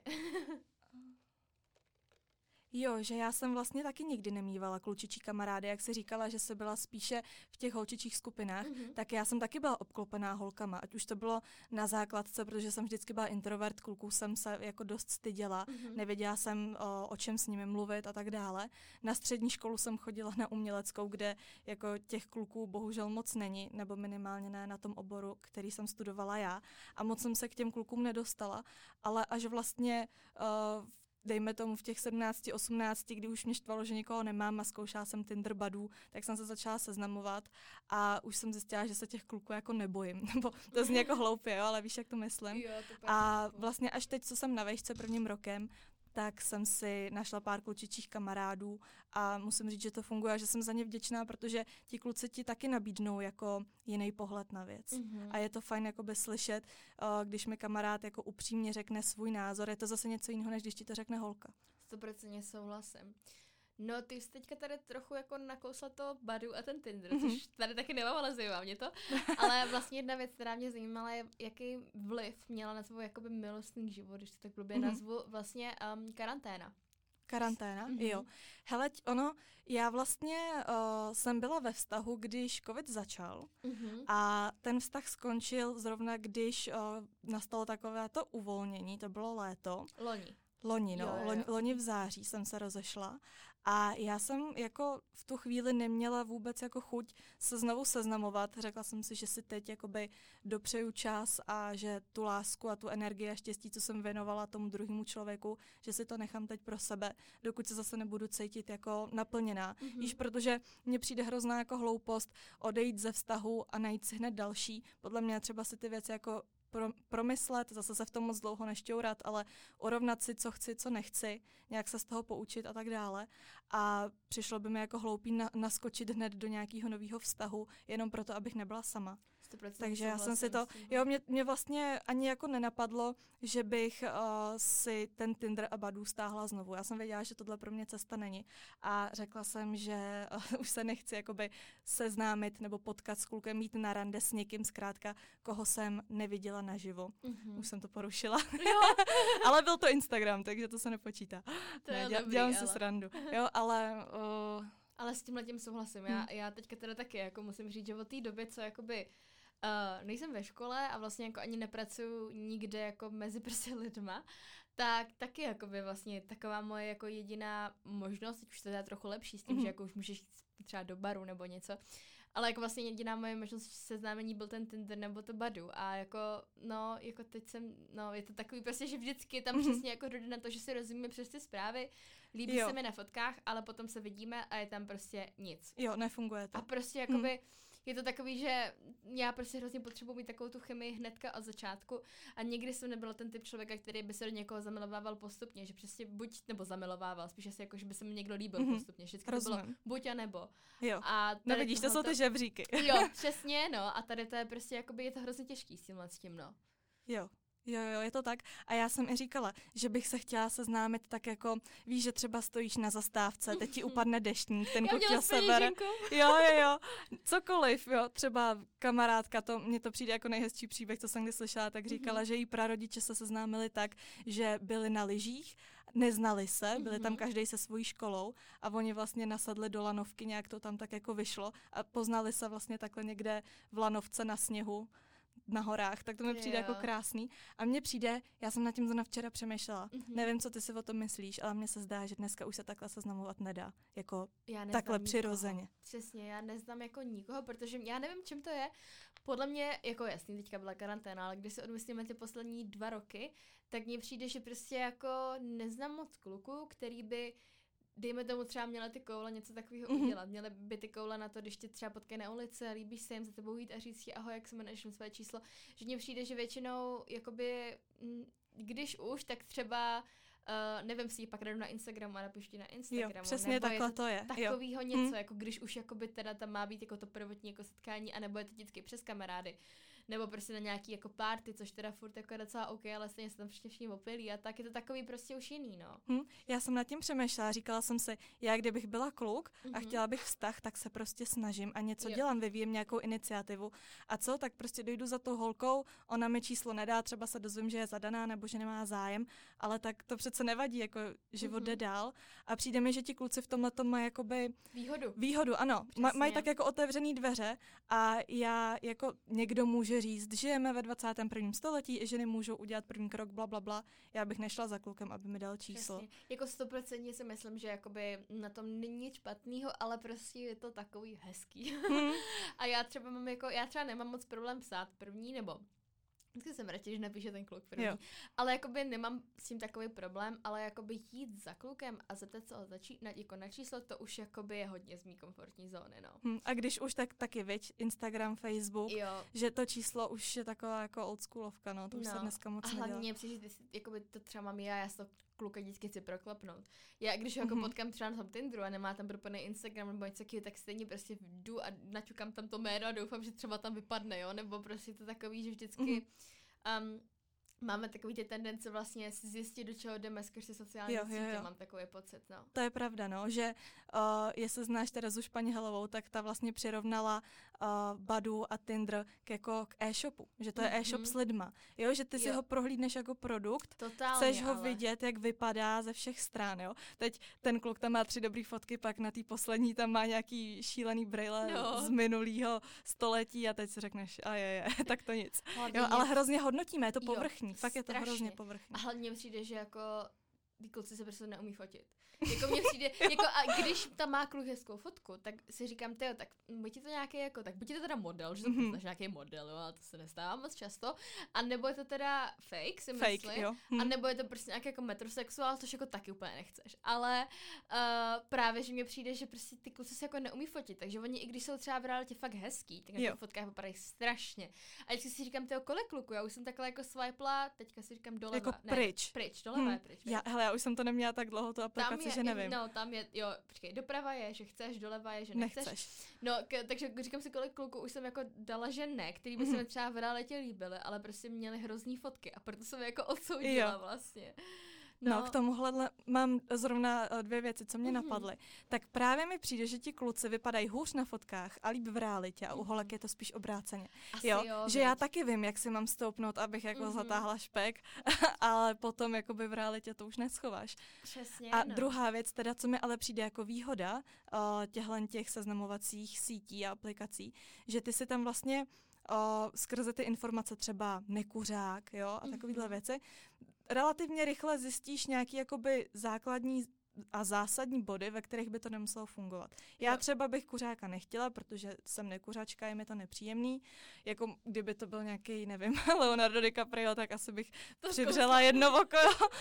Jo, že já jsem vlastně taky nikdy nemývala klučičí kamarády, jak jsi říkala, že jsi byla spíše v těch holčičích skupinách, mm-hmm. tak já jsem taky byla obklopená holkama, ať už to bylo na základce, protože jsem vždycky byla introvert, kluků jsem se jako dost styděla, mm-hmm. nevěděla jsem, o, o čem s nimi mluvit a tak dále. Na střední školu jsem chodila na uměleckou, kde jako těch kluků bohužel moc není, nebo minimálně ne na tom oboru, který jsem studovala já, a moc jsem se k těm klukům nedostala, ale až vlastně uh, dejme tomu v těch sedmnácti, osmnácti, kdy už mě štvalo, že nikoho nemám a zkoušela jsem Tinder Badoo, tak jsem se začala seznamovat a už jsem zjistila, že se těch kluků jako nebojím. Nebo to zní jako hloupě, jo, ale víš, jak to myslím. Jo, to a vlastně až teď, co jsem na vejšce prvním rokem, tak jsem si našla pár klučičích kamarádů a musím říct, že to funguje a že jsem za ně vděčná, protože ti kluci ti taky nabídnou jako jiný pohled na věc. Mm-hmm. A je to fajn jakoby slyšet, když mi kamarád jako upřímně řekne svůj názor. Je to zase něco jiného, než když ti to řekne holka. sto procent souhlasím. No, ty jsi teďka tady trochu jako nakousla to Badoo a ten Tinder, mm-hmm. což tady taky nemám, ale zajímá mě to. Ale vlastně jedna věc, která mě zajímala, je, jaký vliv měla na tvůj jakoby milostný život, když to tak blbě mm-hmm. nazvu, vlastně um, karanténa. Karanténa, mm-hmm. jo. Hele, ono, já vlastně uh, jsem byla ve vztahu, když covid začal mm-hmm. a ten vztah skončil zrovna, když uh, nastalo takové to uvolnění, to bylo léto. Loni. Loni, no. Jo, jo, jo. Loni, loni v září jsem se rozešla A já jsem jako v tu chvíli neměla vůbec jako chuť se znovu seznamovat. Řekla jsem si, že si teď jakoby dopřeju čas a že tu lásku a tu energii a štěstí, co jsem věnovala tomu druhému člověku, že si to nechám teď pro sebe, dokud se zase nebudu cítit jako naplněná. Mm-hmm. Již protože mně přijde hrozná jako hloupost odejít ze vztahu a najít si hned další. Podle mě třeba si ty věci jako pro, promyslet, zase se v tom moc dlouho nešťourat, ale urovnat si, co chci, co nechci, nějak se z toho poučit a tak dále. A přišlo by mi jako hloupý na, naskočit hned do nějakého nového vztahu, jenom proto, abych nebyla sama. Takže já jsem si to, jo, mě, mě vlastně ani jako nenapadlo, že bych uh, si ten Tinder a Badoo stáhla znovu. Já jsem věděla, že tohle pro mě cesta není. A řekla jsem, že uh, už se nechci jakoby seznámit nebo potkat s klukem, mít na rande s někým zkrátka, koho jsem neviděla naživo. Mm-hmm. Už jsem to porušila. Ale byl to Instagram, takže to se nepočítá. To ne, je děl, dobrý, dělám ale... si srandu. Jo, ale... Uh... Ale s tímhletím souhlasím. Já, já teďka teda taky jako musím říct, že od té doby, co jakoby uh, nejsem ve škole a vlastně jako ani nepracuju nikde jako mezi prostě lidma, tak taky jakoby vlastně taková moje jako jediná možnost, teď už to je trochu lepší s tím, mm-hmm. že jako už můžeš jít třeba do baru nebo něco, ale jako vlastně jediná moje možnost seznámení byl ten Tinder nebo to Badoo a jako, no, jako teď jsem, no, je to takový prostě, že vždycky tam mm-hmm. přesně jako dojde na to, že si rozumíme přes ty zprávy, líbí jo. se mi na fotkách, ale potom se vidíme a je tam prostě nic. Jo, nefunguje to. A prostě jakoby, hmm. je to takový, že já prostě hrozně potřebuji mít takovou tu chemii hnedka od začátku a nikdy jsem nebyla ten typ člověka, který by se do někoho zamilovával postupně, že prostě buď, nebo zamilovával, spíš asi jako, že by se mi někdo líbil mm-hmm. postupně, vždycky to bylo buď a nebo. Jo, a no vidíš, to jsou ty žebříky. Jo, přesně, no a tady to je prostě jakoby, je to hrozně těžký s tímhle s tím, no. Jo. Jo, jo, je to tak. A já jsem i říkala, že bych se chtěla seznámit tak jako, víš, že třeba stojíš na zastávce, teď ti upadne deštník, ten kluk tě sebere. Jo, jo, jo, cokoliv, jo, třeba kamarádka, to mně to přijde jako nejhezčí příběh, co jsem kdy slyšela, tak říkala, mm-hmm. že jí prarodiče se seznámili tak, že byli na lyžích, neznali se, byli mm-hmm. tam každý se svojí školou a oni vlastně nasadli do lanovky, nějak to tam tak jako vyšlo a poznali se vlastně takhle někde v lanovce na sněhu, na horách, tak to mi přijde jo. jako krásný. A mně přijde, já jsem nad tím zrovna včera přemýšlela. Mm-hmm. Nevím, co ty si o tom myslíš, ale mně se zdá, že dneska už se takhle seznamovat nedá. Jako takhle nikoho. Přirozeně. Přesně, já neznám jako nikoho, protože já nevím, čím to je. Podle mě, jako jasný, teďka byla karanténa, ale když si odmyslíme ty poslední dva roky, tak mně přijde, že prostě jako neznám moc kluků, který by dejme tomu třeba měla ty koule něco takového mm-hmm. udělat. Měly by ty koule na to, když tě třeba potkají na ulici, líbíš se jim za tebou jít a říct si ahoj, jak se jmenuješ, své číslo. Že mně přijde, že většinou, jakoby, když už, tak třeba Uh, nevím si ji pak radu na Instagramu a napišti na Instagramu. Jo, přesně takhle to je. Takovýho jo. něco, mm. jako když už jakoby teda tam má být jako to prvotní jako setkání a nebo je to vždycky přes kamarády. Nebo prostě na nějaký jako party, což teda furt jako je docela OK, ale stejně se tam všichni opilí a tak je to takový prostě už jiný, no. Hmm, já jsem nad tím přemýšlela, říkala jsem si, já kdybych byla kluk a mm-hmm. chtěla bych vztah, tak se prostě snažím a něco jo. dělám, vyvíjem nějakou iniciativu. A co, tak prostě dojdu za tou holkou, ona mi číslo nedá, třeba se dozvím, že je zadaná nebo že nemá zájem, ale tak to přece nevadí, jako život mm-hmm. jde dál. A přijde mi, že ti kluci v tomhle tom mají jakoby výhodu. Výhodu, ano. Ma, mají tak jako otevřený dveře a já jako někdo může říct, žijeme ve dvacátém prvním století, ženy můžou udělat první krok, bla, bla, bla. Já bych nešla za klukem, aby mi dal číslo. Přesně. Jako stoprocentně si myslím, že jakoby na tom není nic špatného, ale prostě je to takový hezký. Hmm. A já třeba mám jako, já třeba nemám moc problém psát první, nebo vždycky jsem radši, že napíše ten kluk první. Jo. Ale jakoby nemám s tím takový problém, ale jakoby jít za klukem a zeptat se ho začí, na, jako na číslo, to už jakoby je hodně z mý komfortní zóny, no. Hmm, a když už, tak taky viď, Instagram, Facebook, jo. že to číslo už je taková jako oldschoolovka, no, to už no. se dneska moc nedělá. A hlavně přijde, že jakoby to třeba mám já, já to kluka vždycky chci proklapnout. Já když ho jako mm-hmm. potkám třeba na tom Tinderu a nemá tam propojený Instagram nebo něco takového, tak stejně prostě jdu a naťukám tam to jméno a doufám, že třeba tam vypadne, jo, nebo prostě to takový, že vždycky mm-hmm. Um, máme takový ty tendence vlastně si zjistit, do čeho jdeme skrze sociální sítě, mám takový pocit, no. To je pravda, no, že uh, jestli znáš Terezu Španěhelovou, tak ta vlastně přirovnala uh, Badoo a Tinder k, jako k e-shopu, že to je mm-hmm. e-shop s lidma, jo, že ty jo. si ho prohlídneš jako produkt, totálně, chceš ho ale... vidět, jak vypadá ze všech stran, jo. Teď ten kluk tam má tři dobrý fotky, pak na té poslední tam má nějaký šílený brejle no. z minulého století a teď si řekneš, a je, je, tak to nic. Jo, ale hrozně hodnotíme, je to povrchní. Jo, fakt je to strašně. hrozně povrchní. A hlavně přijde, že jako ty kluci se prostě neumí fotit. Jako mně přijde, jako a když tam má kluk hezkou fotku, tak si říkám, tyjo, tak buď je to nějaký jako, tak buď je to teda model, že to mm-hmm. poznáš nějaký model, jo, ale to se nestává moc často, a nebo je to teda fake, si fake, myslím, jo. hm. a nebo je to prostě nějaký jako metrosexuál, což jako taky úplně nechceš, ale uh, právě, že mně přijde, že prostě ty kluci se jako neumí fotit, takže oni, i když jsou třeba v realitě fakt hezký, tak na těch fotkách vypadají strašně. A vždycky si říkám, tyjo, kolik kluku, já už jsem takhle jako swipela, teďka si říkám doleva. Jako ne, pryč. Pryč, doleva je pryč. Já, hele, já už jsem to neměla tak dlouho, tu aplikaci, je, že nevím. No, tam je, jo, počkej, doprava je, že chceš, doleva je, že nechceš. Nechceš. No, k, takže říkám si, kolik kluků už jsem jako dala, že ne, který by se mi třeba v realitě líbily, ale prostě měli hrozný fotky a proto jsem je jako odsoudila jo. vlastně. No. no, k tomuhle mám zrovna dvě věci, co mě mm-hmm. napadly. Tak právě mi přijde, že ti kluci vypadají hůř na fotkách a líp v realitě a u holek je to spíš obráceně. Asi jo, jo, že veď. Já taky vím, jak si mám stoupnout, abych jako mm-hmm. zatáhla špek, ale potom jakoby v realitě to už neschováš. Přesně, A no. druhá věc, teda, co mi ale přijde jako výhoda uh, těchhle těch seznamovacích sítí a aplikací, že ty si tam vlastně uh, skrze ty informace třeba nekuřák, jo, a takovýhle mm-hmm. věci, relativně rychle zjistíš nějaký jakoby základní a zásadní body, ve kterých by to nemuselo fungovat. Já jo. třeba bych kuřáka nechtěla, protože jsem nekuřačka, je mi to nepříjemný. Jako kdyby to byl nějaký, nevím, Leonardo DiCaprio, tak asi bych to přivřela zkusím. jedno oko,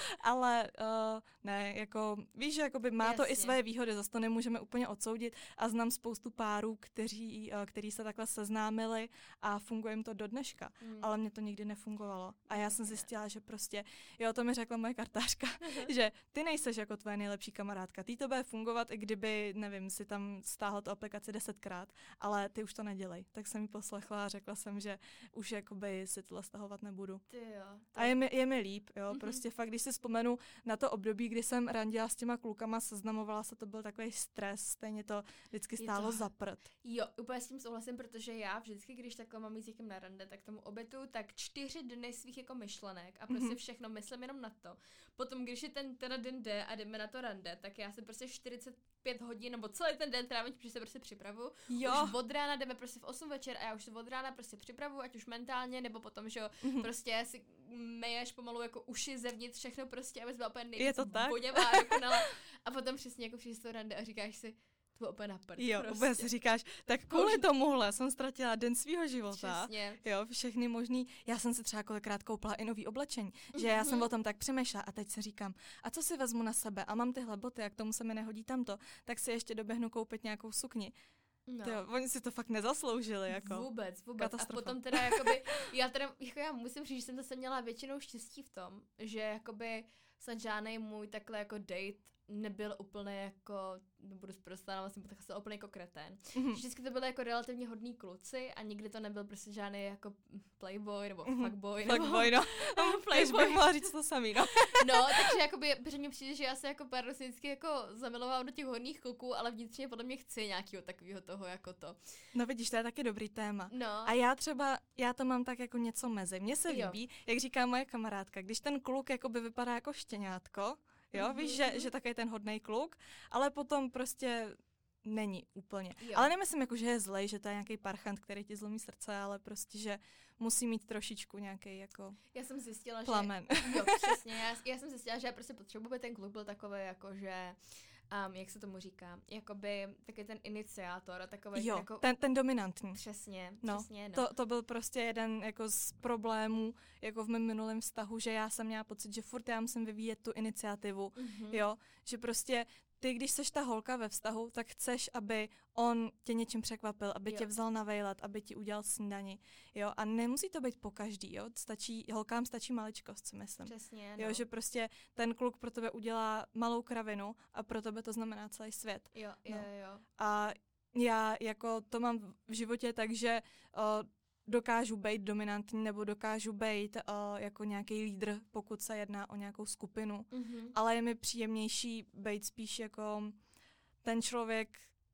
ale uh, ne, jako víš, že jakoby má Jasně. to i své výhody, zase to nemůžeme úplně odsoudit a znám spoustu párů, kteří, uh, kteří se takhle seznámili a funguje jim to do dneška, mm. ale mně to nikdy nefungovalo. A já jsem zjistila, že prostě, jo, to mi řekla moje kartářka, že ty nejseš jako tvoje nejlepší kamarádka. Ty to bude fungovat, i kdyby, nevím, si tam stáhla tu aplikaci desetkrát, ale ty už to nedělej. Tak jsem mi poslechla a řekla jsem, že už jakoby si tohle stahovat nebudu. Ty jo. A je mi, je mi líp, jo. Mm-hmm. Prostě fakt, když si vzpomenu na to období, kdy jsem randila s těma klukama, seznamovala se, to byl takový stres, stejně to vždycky stálo to... za prd. Jo, úplně s tím souhlasím, protože já vždycky, když takhle mám jít s někým na rande, tak tomu obetuju tak čtyři dny svých jako myšlenek a prostě mm-hmm. všechno myslím jenom na to. Potom, když je ten teda den jde a jdeme na to rande, tak já se prostě čtyřicet pět hodin, nebo celý ten den trávím, protože se prostě připravu. Jo. Už od rána jdeme prostě v osm večer a já už se od rána prostě připravu, ať už mentálně, nebo potom, že jo, mm-hmm. prostě si meješ pomalu jako uši zevnitř, všechno prostě, abys byla úplně nejvíc voděvá dokonala. A potom přesně jako přijdeš z toho rande a říkáš si, to bylo úplně na prd. Jo, prostě. úplně si říkáš, tak kvůli tomuhle jsem ztratila den svýho života. Přesně. Jo, všechny možný. Já jsem si třeba kolikrát koupila i nový oblečení, že já jsem o tom tak přemýšlela a teď si říkám, a co si vezmu na sebe a mám tyhle boty a k tomu se mi nehodí tamto, tak si ještě doběhnu koupit nějakou sukni. No. Tyjo, oni si to fakt nezasloužili, jako. Vůbec, vůbec. Katastrofa. A potom teda, jakoby, já teda, jako já musím říct, že jsem zase měla většinou štěstí v tom, že jakoby snad žádnej můj takhle jako date nebyl úplně jako, nebudu zprostá, vlastně byl tak úplně jako kretén. Mm-hmm. Vždycky to byly jako relativně hodní kluci a nikdy to nebyl prostě žádný jako playboy nebo mm-hmm. fuckboy. Fuckboy, no. Playboy. Bych mohla říct to samý, no. No, takže jakoby, protože mně přijde, že já se jako pár vždycky jako zamilovám do těch hodných kluků, ale vnitřně podle mě chci nějakého takového toho jako to. No vidíš, to je taky dobrý téma. No. A já třeba, já to mám tak jako něco mezi. Mně se jo. líbí, jak říká moje kamarádka, když ten kluk jakoby vypadá jako štěňátko, jo, mm-hmm. víš, že, že takový ten hodnej kluk, ale potom prostě není úplně. Jo. Ale nemyslím, jako, že je zlej, že to je nějaký parchant, který ti zlomí srdce, ale prostě, že musí mít trošičku nějaký jako já jsem zjistila, plamen. Že, jo, přesně, já, já jsem zjistila, že já prostě potřebuji, aby ten kluk byl takový, jako, že Um, jak se tomu říká, jakoby taky ten iniciátor a takový jo, jako... ten, ten dominantní. Přesně, no, přesně, no. To, to byl prostě jeden jako z problémů jako v mém minulém vztahu, že já jsem měla pocit, že furt já musím vyvíjet tu iniciativu, mm-hmm. jo, že prostě ty, když seš ta holka ve vztahu, tak chceš, aby on tě něčím překvapil, aby jo. tě vzal na vejlet, aby ti udělal snídani, jo, a nemusí to být po každý, jo, stačí, holkám stačí maličkost, si myslím. Přesně, jo, no. že prostě ten kluk pro tebe udělá malou kravinu a pro tebe to znamená celý svět. Jo, jo, no. jo. A já jako to mám v životě tak, že uh, dokážu být dominantní nebo dokážu být uh, jako nějaký lídr, pokud se jedná o nějakou skupinu, mm-hmm. ale je mi příjemnější být spíš jako ten člověk,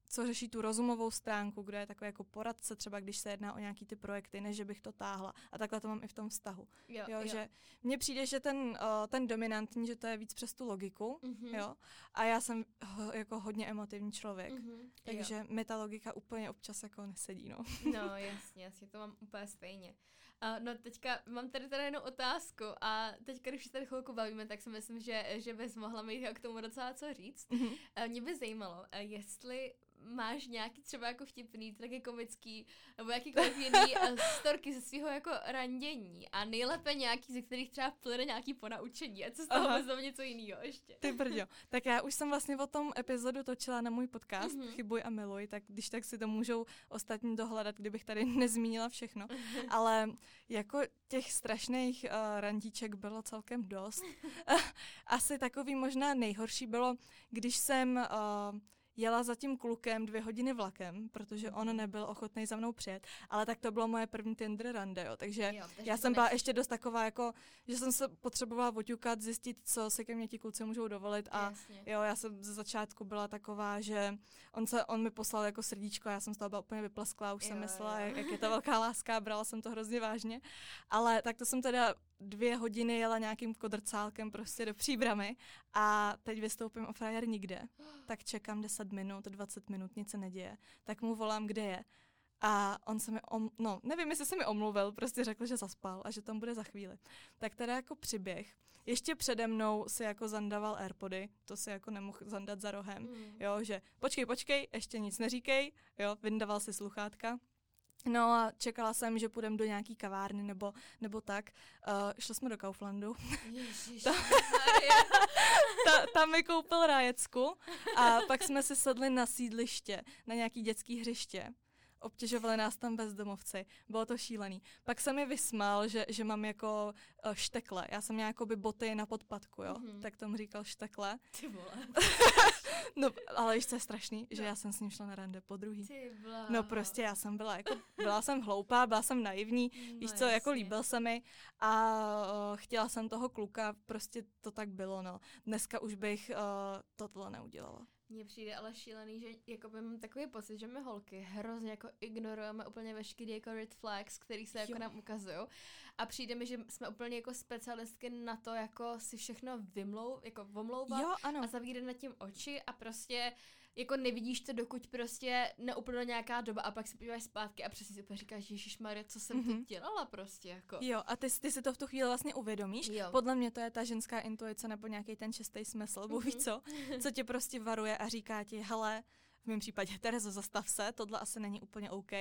co řeší tu rozumovou stránku, kdo je takový jako poradce, třeba když se jedná o nějaký ty projekty, než že bych to táhla. A takhle to mám i v tom vztahu. Jo, jo, jo. že mně přijde, že ten, uh, ten dominantní, že to je víc přes tu logiku, Mhm. jo, a já jsem ho, jako hodně emotivní člověk, Mhm. takže Jo. mi ta logika úplně občas jako nesedí, no. No, jasně, jasně, to mám úplně stejně. Uh, no teďka mám tady teda jenom otázku a teďka, když se tady chvilku bavíme, tak si myslím, že, že bys mohla mít k tomu docela co říct. Mhm. Uh, mě by zajímalo, uh, jestli máš nějaký třeba jako vtipný, taky komický, nebo jakýkoliv jiný uh, storky ze svého jako randění a nejlépe nějaký, ze kterých třeba plyne nějaký ponaučení a co z toho Aha. vezme něco jiného ještě. Ty brďo. Tak já už jsem vlastně o tom epizodu točila na můj podcast Mhm. Chybuj a miluj, tak když tak si to můžou ostatní dohledat, kdybych tady nezmínila všechno. Ale jako těch strašných uh, randíček bylo celkem dost. Asi takový možná nejhorší bylo, když jsem uh, jela za tím klukem dvě hodiny vlakem, protože on nebyl ochotný za mnou přijet, ale tak to bylo moje první Tinder rande, jo, takže Jo, takže já to jsem byla než- ještě dost taková, jako, že jsem se potřebovala oťukat, zjistit, co se ke mně ti kluci můžou dovolit a Jasně. jo, já jsem ze začátku byla taková, že on, se, on mi poslal jako srdíčko a já jsem z toho byla úplně vyplesklá, už Jo, jsem myslela, jo. jak, jak je to velká láska a brala jsem to hrozně vážně, ale tak to jsem teda dvě hodiny jela nějakým kodrcálkem prostě do Příbramy a teď vystoupím o frajer nikde, tak čekám deset minut, dvacet minut, nic se neděje, tak mu volám, kde je. A on se mi, om, no nevím, jestli se mi omluvil, prostě řekl, že zaspal a že tam bude za chvíli. Tak teda jako přiběh. Ještě přede mnou si jako zandaval AirPody, to si jako nemohl zandat za rohem, Mm. jo, že počkej, počkej, ještě nic neříkej, jo, vyndaval si sluchátka. No a čekala jsem, že půjdem do nějaký kavárny nebo, nebo tak. Uh, šli jsme do Kauflandu. Ježišmarja. Ta, tam mi koupil rájecku a pak jsme si sedli na sídliště, na nějaký dětský hřiště. Obtěžovali nás tam bezdomovci. Bylo to šílený. Pak se mi vysmál, že, že mám jako uh, štekle. Já jsem měla jakoby boty na podpatku, jo. Mhm. Tak tomu říkal štekle. Ty vole. No, ale víš, co je strašný? Že No. já jsem s ním šla na rande po druhý. Ty bláho. No prostě já jsem byla jako, byla jsem hloupá, byla jsem naivní, No víš co, jako jasně. líbil se mi a uh, chtěla jsem toho kluka, prostě to tak bylo, no. Dneska už bych uh, tohle neudělala. Mně přijde ale šílený, že jako mám takový pocit, že my holky hrozně jako ignorujeme úplně veškerý jako red flags, který se jako Jo. nám ukazují. A přijde mi, že jsme úplně jako specialistky na to, jako si všechno vymlou, jako omlouvat Jo, ano. a zavírat nad tím oči a prostě jako nevidíš to, dokud prostě neuplyne nějaká doba a pak se podíváš zpátky a přesně si úplně říkáš, ježišmarja, co jsem Mhm. tu dělala prostě jako. Jo, a ty, ty si to v tu chvíli vlastně uvědomíš. Jo. Podle mě to je ta ženská intuice nebo nějaký ten čistý smysl, mm-hmm. víš co, co tě prostě varuje a říká ti, hele, v mém případě, Terezo, zastav se, tohle asi není úplně OK.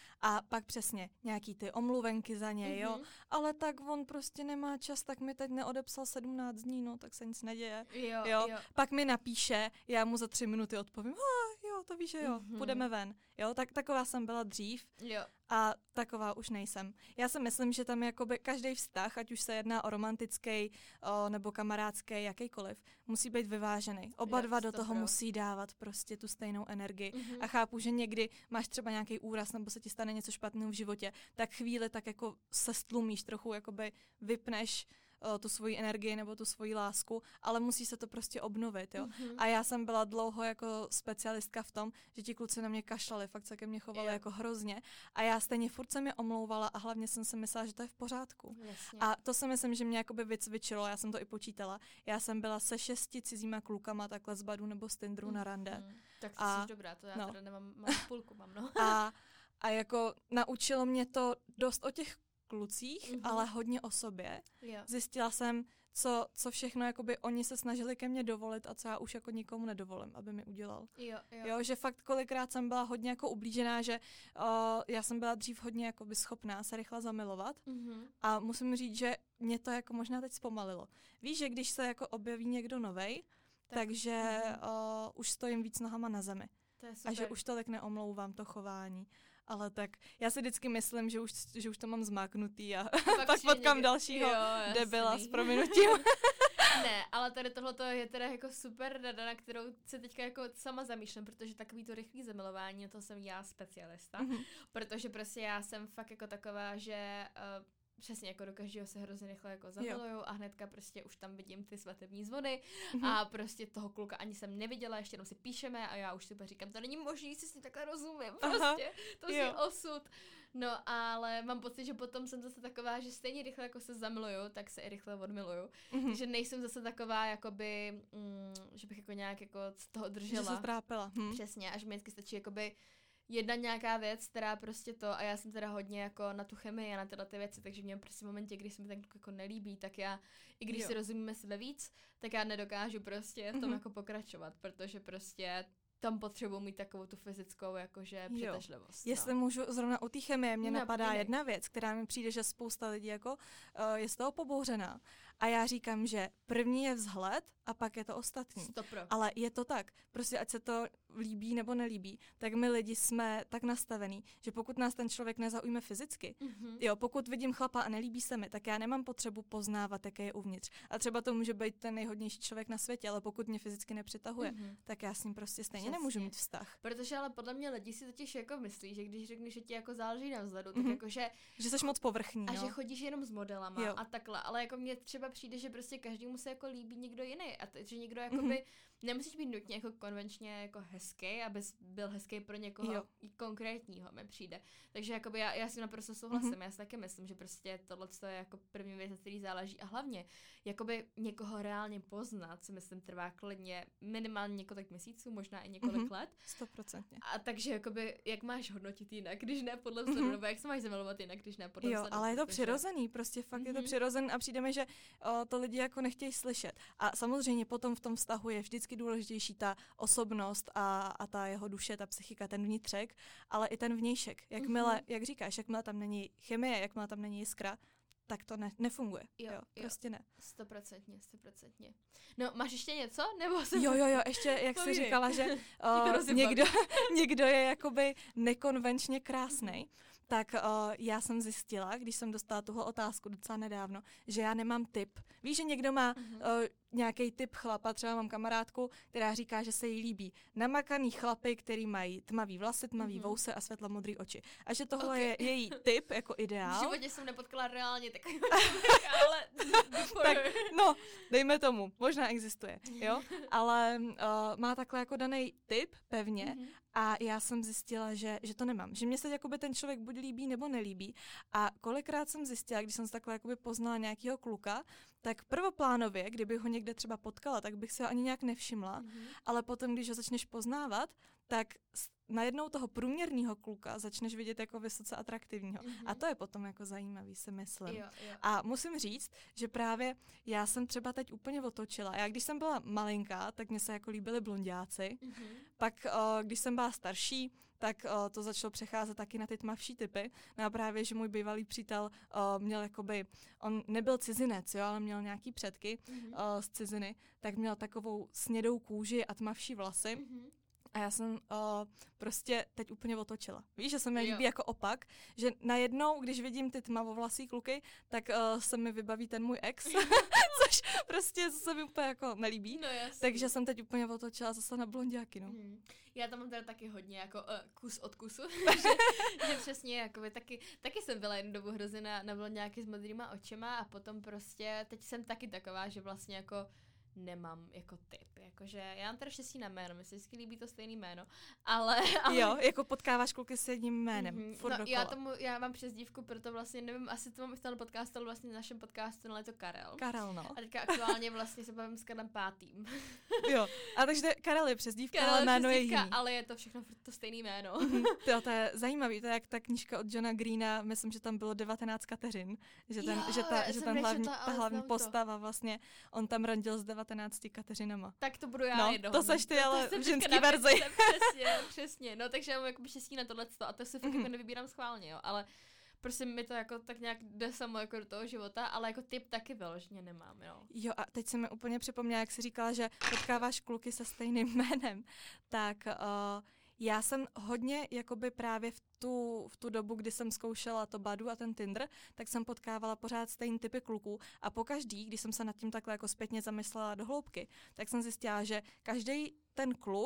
A pak přesně nějaký ty omluvenky za něj, jo, Mhm. ale tak on prostě nemá čas, tak mi teď neodepsal sedmnáct dní, no, tak se nic neděje. Jo, Jo, jo. pak mi napíše, já mu za tři minuty odpovím, ah, jo, to víš, že jo, Mhm. půjdeme ven. Jo, tak taková jsem byla dřív Jo. a taková už nejsem. Já si myslím, že tam jakoby každý vztah, ať už se jedná o romantický o, nebo kamarádský, jakýkoliv, musí být vyvážený. Oba Jo, dva do sto toho pro. musí dávat prostě tu stejnou energii. Mhm. A chápu, že někdy máš třeba nějaký úraz nebo se ti stane něco špatného v životě, tak chvíli tak jako se stlumíš, trochu jakoby vypneš o, tu svoji energii nebo tu svoji lásku, ale musí se to prostě obnovit, jo. Mhm. A já jsem byla dlouho jako specialistka v tom, že ti kluci na mě kašlali, fakt se ke mně chovali Jo. jako hrozně a já stejně furt jsem je omlouvala a hlavně jsem si myslela, že to je v pořádku. Jasně. A to si myslím, že mě jakoby vycvičilo, já jsem to i počítala. Já jsem byla se šesti cizíma klukama takhle z Badu nebo z Tinderu na rande. Mhm. Tak to A- jsi dobrá, to já no. teda nemám, mám půlku, mám no. A, a jako naučilo mě to dost o těch klucích, Mhm. ale hodně o sobě. Jo. Zjistila jsem, co, co všechno jakoby oni se snažili ke mně dovolit a co já už jako nikomu nedovolím, aby mi udělal. Jo, jo. Jo, že fakt kolikrát jsem byla hodně jako ublížená, že uh, já jsem byla dřív hodně jakoby schopná se rychle zamilovat Mhm. a musím říct, že mě to jako možná teď zpomalilo. Víš, že když se jako objeví někdo novej, Tak- takže mhm. uh, už stojím víc nohama na zemi. To je A super. že už tolik neomlouvám to chování. Ale tak já si vždycky myslím, že už, že už to mám zmáknutý a Pak pak přijde potkám někdo- dalšího Jo, jasný. debila s prominutím. Ne, ale tady tohleto je teda jako super rada, na kterou se teďka jako sama zamýšlím, protože takový to rychlý zamilování, to jsem já specialista, Mhm. protože prostě já jsem fakt jako taková, že uh, přesně jako do každého se hrozně rychle jako zamilujou a hnedka prostě už tam vidím ty svatební zvony mm-hmm. a prostě toho kluka ani jsem neviděla, ještě jenom si píšeme a já už si říkám, to není možný, si s ním takhle rozumím, prostě, Aha. to je osud. No ale mám pocit, že potom jsem zase taková, že stejně rychle jako se zamiluju, tak se i rychle odmiluju. Mm-hmm. Takže nejsem zase taková, jakoby, mm, že bych jako nějak jako z toho držela. Že se strápila. Hm. Přesně, až mi vždycky stačí jakoby jedna nějaká věc, která prostě to, a já jsem teda hodně jako na tu chemii a na tyhle ty věci, takže mě prostě v momentě, kdy se mi tak jako nelíbí, tak já, i když jo. si rozumíme sebe víc, tak já nedokážu prostě v tom mm-hmm. jako pokračovat, protože prostě tam potřebuji mít takovou tu fyzickou jakože přitažlivost. Jestli no. můžu zrovna u té chemie, mě no, napadá půjde. jedna věc, která mi přijde, že spousta lidí jako uh, je z toho pobouřená. A já říkám, že první je vzhled a pak je to ostatní. Stopro. Ale je to tak. Prostě ať se to líbí nebo nelíbí, tak my lidi jsme tak nastavený, že pokud nás ten člověk nezaujme fyzicky, mm-hmm. jo, pokud vidím chlapa a nelíbí se mi, tak já nemám potřebu poznávat, jaké je uvnitř. A třeba to může být ten nejhodnější člověk na světě, ale pokud mě fyzicky nepřitahuje, mm-hmm. tak já s ním prostě stejně Přesně. nemůžu mít vztah. Protože ale podle mě lidi si totiž jako myslí, že když řekneš, že ti jako záleží na vzhledu, mm-hmm. tak jakože že jsi moc povrchní, a no. že chodíš jenom s modelama jo. a takhle, ale jako mně třeba přijde, že prostě každému se jako líbí někdo jiný a t- že někdo jakoby mm-hmm. nemusíš být nutně jako konvenčně jako hezký, abys byl hezký pro někoho jo. konkrétního, mi přijde. Takže jakoby já, já si naprosto souhlasím, mm-hmm. já si taky myslím, že prostě tohle je jako první věc, který záleží a hlavně jakoby někoho reálně poznat, si myslím trvá klidně minimálně několik měsíců, možná i několik mm-hmm. let. Stoprocentně. A takže jakoby jak máš hodnotit jinak, když ne podle vzhledu, mm-hmm. nebo jak se máš zamilovat jinak, když ne podle jo, vzhledu. Jo, ale je to protože... přirozený, prostě fakt mm-hmm. je to přirozený a přijde mi, že o, to lidi jako nechtějí slyšet. A samozřejmě potom v tom vztahu je vždycky důležitější ta osobnost a, a ta jeho duše, ta psychika, ten vnitřek, ale i ten vnějšek. Jakmile, mm-hmm. jak říkáš, jakmile tam není chemie, jakmile tam není jiskra, tak to ne, nefunguje. Jo, jo, prostě ne. Stoprocentně, stoprocentně. No, máš ještě něco? Nebo jsem... Jo, jo, jo, ještě, jak jsi říkala, že uh, někdo, někdo je jakoby nekonvenčně krásnej, tak uh, já jsem zjistila, když jsem dostala tuhle otázku docela nedávno, že já nemám typ. Víš, že někdo má uh-huh. uh, nějaký typ chlapa, třeba mám kamarádku, která říká, že se jí líbí namakaný chlapy, který mají tmavý vlasy, tmavý mm-hmm. vousy a světlomodrý oči. A že tohle okay. je její typ jako ideál. V životě jsem nepotkala reálně takový ale... tak, no, dejme tomu, možná existuje, jo, ale uh, má takhle jako daný typ pevně mm-hmm. a já jsem zjistila, že, že to nemám. Že mě se jakoby ten člověk buď líbí nebo nelíbí a kolikrát jsem zjistila, když jsem se takhle jakoby poznala nějakýho kluka, tak prvoplánově, kdybych ho někde třeba potkala, tak bych se ho ani nějak nevšimla, mm-hmm. ale potom, když ho začneš poznávat, tak najednou toho průměrného kluka začneš vidět jako vysoce atraktivního. Mm-hmm. A to je potom jako zajímavý, si myslím. Jo, jo. A musím říct, že právě já jsem třeba teď úplně otočila. Já když jsem byla malinká, tak mě se jako líbili blonďáci. Mm-hmm. Pak uh, když jsem byla starší, tak uh, to začalo přecházet taky na ty tmavší typy. No a právě, že můj bývalý přítel uh, měl jakoby, on nebyl cizinec, jo, ale měl nějaký předky mm-hmm. uh, z ciziny, tak měl takovou snědou kůži a tmavší vlasy. Mm-hmm. A já jsem uh, prostě teď úplně otočila. Víš, že se mi líbí jako opak, že najednou, když vidím ty tmavovlasý kluky, tak uh, se mi vybaví ten můj ex, což prostě se mi úplně jako nelíbí. No, takže jsem teď úplně otočila zase na blonďáky, no. Hmm. Já tam mám teda taky hodně jako uh, kus od kusu, že, že přesně jakoby taky, taky jsem byla jednu dobu hrozně na, na blonďáky s modrýma očima a potom prostě teď jsem taky taková, že vlastně jako nemám jako typ, jakože já mám teda štěstí na jméno, mi se vždycky líbí to stejný jméno, ale... ale... Jo, jako potkáváš kluky s jedním jménem, mm-hmm. furt no, já tomu, já mám přezdívku, proto vlastně nevím, asi to mám i v tom podcastu, ale vlastně v našem podcastu, ale je to Karel. Karel, no. A teďka aktuálně vlastně se bavím s Karlem Pátým. Jo, a takže Karel je přezdívka, Karel ale jméno je jiný. Ale je to všechno to stejný jméno. Mm-hmm. Jo, to je zajímavý, to je jak ta knížka od Johna Greena, myslím, že tam bylo devatenáct Kateřin, že, ten, jo, že ta, že ten hlavní, ta hlavní postava vlastně, on tam randil s devatenácti Kateřinama. Tak to budu já no, jednoho. To seš ty, ale to v ženský verzi. Přesně, přesně. No takže já mám jako štěstí na tohleto a to si fakt mm-hmm. jako nevybírám schválně, jo, ale prostě mi to jako tak nějak jde samo jako do toho života, ale jako typ taky vyloženě nemám, jo. Jo a teď se mi úplně připomněla, jak jsi říkala, že potkáváš kluky se stejným jménem, tak uh, já jsem hodně jakoby právě v tu, v tu dobu, kdy jsem zkoušela to Badu a ten Tinder, tak jsem potkávala pořád stejný typy kluků a pokaždý, když jsem se nad tím takhle jako zpětně zamyslela do hloubky, tak jsem zjistila, že každý ten kluk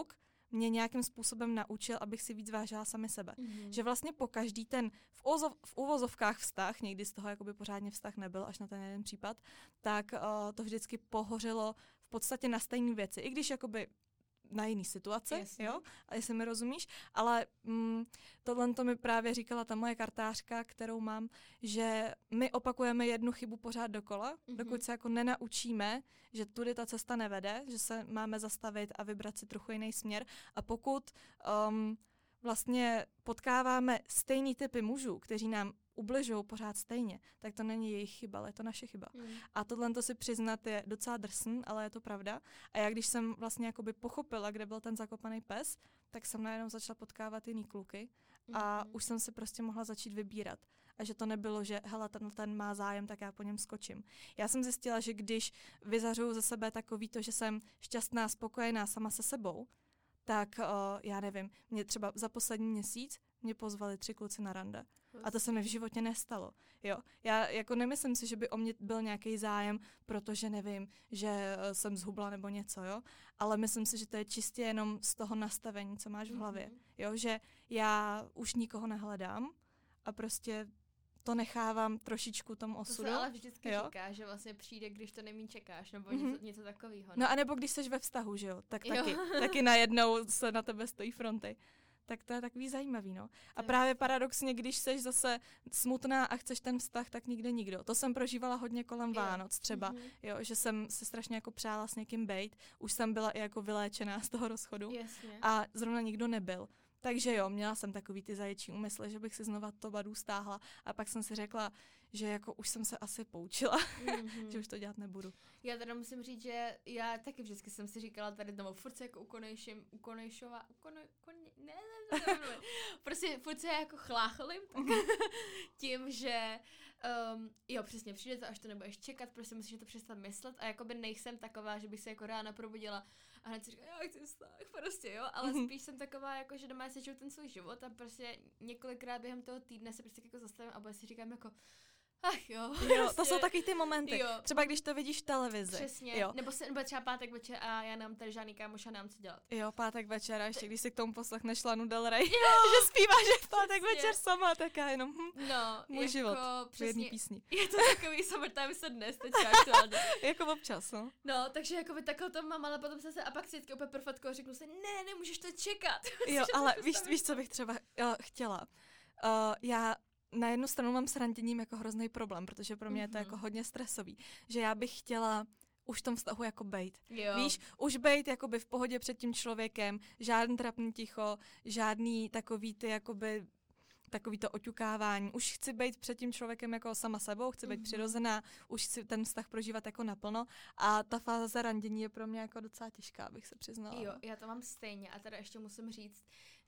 mě nějakým způsobem naučil, abych si víc vážila sami sebe. Mm-hmm. Že vlastně po každý ten v, ozov, v uvozovkách vztah, někdy z toho jakoby pořádně vztah nebyl, až na ten jeden případ, tak uh, to vždycky pohořilo v podstatě na stejné věci. I když jakoby na jiný situace, Jasně. jo, a jestli mi rozumíš, ale mm, tohle to mi právě říkala ta moje kartářka, kterou mám, že my opakujeme jednu chybu pořád dokola, Mhm. dokud se jako nenaučíme, že tudy ta cesta nevede, že se máme zastavit a vybrat si trochu jiný směr, a pokud um, vlastně potkáváme stejný typy mužů, kteří nám ubližují pořád stejně, tak to není jejich chyba, ale je to naše chyba. Mm. A tohle to si přiznat je docela drsný, ale je to pravda. A já když jsem vlastně jakoby pochopila, kde byl ten zakopaný pes, tak jsem najednou začala potkávat jiný kluky a Mhm. už jsem si prostě mohla začít vybírat. A že to nebylo, že hele, ten, ten má zájem, tak já po něm skočím. Já jsem zjistila, že když vyzařuju ze sebe takový to, že jsem šťastná, spokojená sama se sebou, tak uh, já nevím, mě třeba za poslední měsíc mě pozvali tři kluci na rande. A to se mi v životě nestalo. Jo? Já jako nemyslím si, že by o mě byl nějaký zájem, protože nevím, že uh, jsem zhubla nebo něco, jo. Ale myslím si, že to je čistě jenom z toho nastavení, co máš v hlavě. Mhm. Jo? Že já už nikoho nehledám a prostě to nechávám trošičku tomu To osudu. se ale vždycky jo? říká, že vlastně přijde, když to nemí čekáš, nebo Mhm. něco, něco takového. No a nebo když jsi ve vztahu, že jo, tak Jo. taky, taky najednou se na tebe stojí fronty. Tak to je takový zajímavý, no. A je právě paradoxně, když jsi zase smutná a chceš ten vztah, tak nikde nikdo. To jsem prožívala hodně kolem Jo. Vánoc třeba, Mhm. jo, že jsem se strašně jako přála s někým bejt, už jsem byla i jako vyléčená z toho rozchodu Jasně. a zrovna nikdo nebyl. Takže jo, měla jsem takový ty zaječí úmysly, že bych si znova to badu stáhla, a pak jsem si řekla, že jako už jsem se asi poučila, Mhm. že už to dělat nebudu. Já teda musím říct, že já taky vždycky jsem si říkala tady, nebo furt se jako ukonejším, ukonejšová, ukonej, ukonej, ne, ne, ne, ne, ne, prostě furt se jako chlácholím, tak tím, že um, jo, přesně, přijde to, až to nebudeš čekat, prostě musíš to přestat myslet, a jakoby nejsem taková, že bych se jako ráno probudila a hned si říkala, já chci vztah, prostě jo, ale Mhm. spíš jsem taková, jako, že doma si žiju ten svůj život a prostě několikrát během toho týdne se prostě jako zastavím a si říkám jako, ach jo, Jo, to jsou takový ty momenty. Jo. Třeba když to vidíš v televizi. přesně, Jo. nebo, se, nebo třeba pátek večer a já nám tady žádný kámoš a nám co dělat. Jo, pátek večer, a ještě když si k tomu poslechneš Lanu Del Rey, že zpívá, že v pátek Přesně. večer sama, tak já jenom hm, No, můj jako život v jedné přesně, písni. je to takový summertime sadness teďka aktuálně. Jako občas, no. No, takže jakoby takhle to mám, ale potom jsem se, a pak si vždycky úplně perfektko řeknu si, ne, nemůžeš to čekat. Jo, Že to ale prostě víš, víš, co bych třeba uh, chtěla? Uh, já na jednu stranu mám s randěním jako hrozný problém, protože pro mě je to Mhm. jako hodně stresový, že já bych chtěla už v tom vztahu jako bejt. Jo. Víš, už bejt jakoby v pohodě před tím člověkem, žádný trapný ticho, žádný takový ty jakoby takový to oťukávání. Už chci být před tím člověkem jako sama sebou, chci být Mhm. přirozená, už chci ten vztah prožívat jako naplno, a ta fáze randění je pro mě jako docela těžká, abych se přiznala. Jo, no. já to mám stejně, a teda ještě musím říct,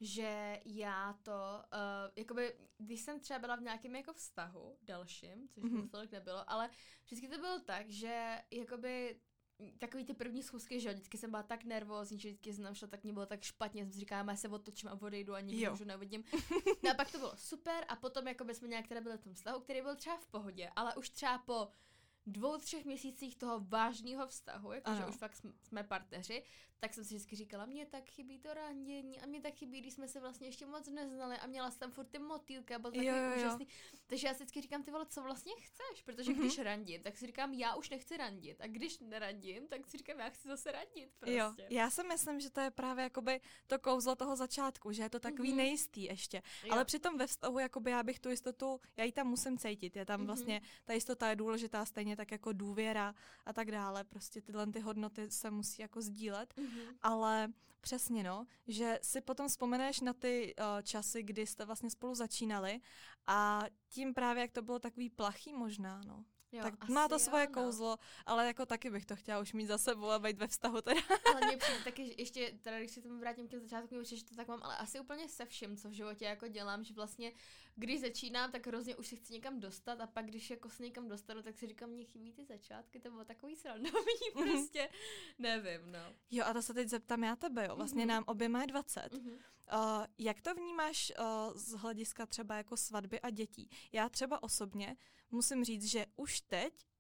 že já to, uh, jakoby, když jsem třeba byla v nějakém jako vztahu dalším, což Mhm. mm-hmm. tolik nebylo, ale vždycky to bylo tak, že jakoby takový ty první schůzky, že jo, vždycky jsem byla tak nervózní, že vždycky jsem šla, tak mě bylo tak špatně, jsem si říkala, já se otočím a odejdu a nikdy Jo. už ho neuvidím. No a pak to bylo super, a potom jakoby jsme nějak teda byli v tom vztahu, který byl třeba v pohodě, ale už třeba po dvou, třech měsících toho vážného vztahu, jakože Ano. už fakt jsme- jsme partneři, tak jsem si vždycky říkala, mně tak chybí to randění a mě tak chybí, když jsme se vlastně ještě moc neznali a měla jsem tam furt ty motýlky a bylo to Jo, takový jo, jo. úžasný. Takže já si vždycky říkám, ty vole, co vlastně chceš, protože Mhm. když randím, tak si říkám, já už nechci randit, a když nerandím, tak si říkám, já chci zase randit prostě. Jo, já si myslím, že to je právě jakoby to kouzlo toho začátku, že je to takový Mhm. nejistý ještě. Jo. Ale přitom ve vztahu, jakoby já bych tu jistotu, já ji tam musím cítit, je tam Mhm. vlastně, ta jistota je důležitá, stejně tak jako důvěra a tak dále, prostě tyhle ty hodnoty se musí jako sdílet, Mhm. ale přesně no, že si potom vzpomeneš na ty uh, časy, kdy jste vlastně spolu začínali, a tím právě, jak to bylo takový plachý možná, no. Jo, Tak asi má to jo, svoje no. kouzlo, ale jako taky bych to chtěla už mít za sebou a být ve vztahu teda. Ale mě přijde taky, že ještě, teda když si tomu vrátím k těm začátku, že to tak mám, ale asi úplně se vším, co v životě jako dělám, že vlastně, když začínám, tak hrozně už se chci někam dostat, a pak když jako se někam dostanu, tak si říkám, mě chybí ty začátky, to bylo takový srandový, prostě, nevím, no. Jo, a to se teď zeptám já tebe, jo. Vlastně Mhm. nám oběma je dvacet. Mhm. Uh, jak to vnímáš uh, z hlediska třeba jako svatby a dětí? Já třeba osobně musím říct, že už teď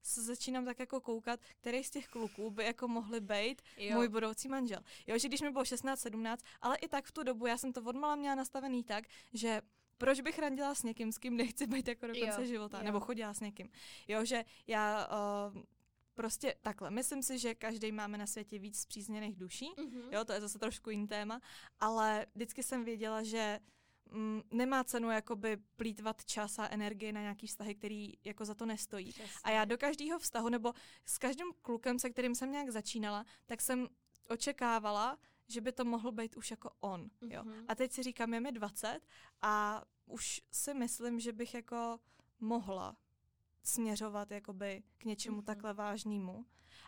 se začínám tak jako koukat, který z těch kluků by jako mohli být Jo. můj budoucí manžel. Jo, že když mi bylo šestnáct sedmnáct, ale i tak v tu dobu já jsem to odmala měla nastavený tak, že proč bych randila s někým, s kým nechci být jako do konce Jo, života, jo. nebo chodila s někým. Jo, že já uh, prostě takhle, myslím si, že každý máme na světě víc spřízněných duší, Mhm. jo, to je zase trošku jiný téma, ale vždycky jsem věděla, že mm, nemá cenu jakoby plýtvat čas a energii na nějaký vztahy, který jako za to nestojí. Přesně. A já do každého vztahu, nebo s každým klukem, se kterým jsem nějak začínala, tak jsem očekávala, že by to mohl být už jako on. Jo. Mhm. A teď si říkám, je mi dvacet a už si myslím, že bych jako mohla směřovat jakoby k něčemu Mhm. takhle vážnému.